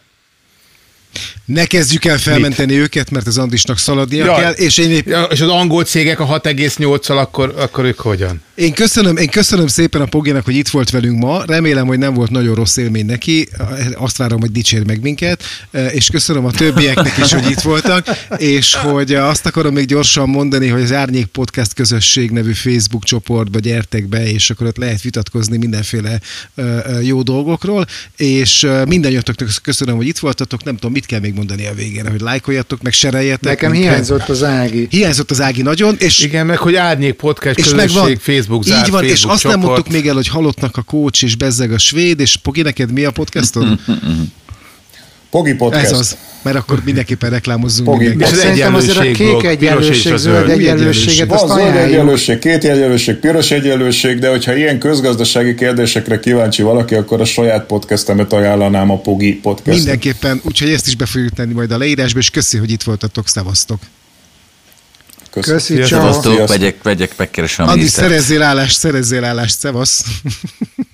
S3: Ne kezdjük el felmenteni Mit? őket, mert az Andisnak szaladnia ja, kell. És, én épp...
S6: ja, és az angol cégek a hat egész nyolccal, akkor, akkor ők hogyan?
S3: Én köszönöm, én köszönöm szépen a Poginak, hogy itt volt velünk ma. Remélem, hogy nem volt nagyon rossz élmény neki. Azt várom, hogy dicsér meg minket. És köszönöm a többieknek is, hogy itt voltak. És hogy azt akarom még gyorsan mondani, hogy az Árnyék Podcast közösség nevű Facebook csoportba gyertek be, és akkor ott lehet vitatkozni mindenféle jó dolgokról. És mindannyiatoknak köszönöm, hogy itt voltatok. Nem tudom, mit kell még mondani a végére, hogy lájkoljatok, meg sereljetek.
S5: Nekem hiányzott az Ági.
S3: Hiányzott az Ági nagyon. És
S6: igen, meg hogy Árnyék Podcast közösség, Facebook zárt,
S3: így van,
S6: Facebook
S3: és azt
S6: csoport.
S3: Nem mondtuk még el, hogy halottnak a coach és bezzeg a svéd, és Pogi, neked mi a podcastod?
S8: Pogi Podcast.
S3: Ez az, mert akkor mindenképpen reklámozzunk
S8: Pogi.
S3: mindenki.
S6: És az
S5: Szerintem azért a
S6: egyenlőség,
S5: kék egyenlőség, zöld egyenlőséget
S8: Van
S5: azt
S8: zöld
S5: ajánljuk.
S8: egyenlőség, két egyenlőség, piros egyenlőség, de hogyha ilyen közgazdasági kérdésekre kíváncsi valaki, akkor a saját podcastemet ajánlanám, a Pogi Podcast.
S3: Mindenképpen, úgyhogy ezt is be fogjuk tenni majd a leírásba, és köszi, hogy itt voltatok, szevasztok.
S5: Köszi,
S6: Sziasztok.
S5: ciao.
S4: Szevasztok, megyek, megyek, megkeresem a
S3: Andi,
S4: minisztert.
S3: szerezzél állást, szerezzél állást, szevasz.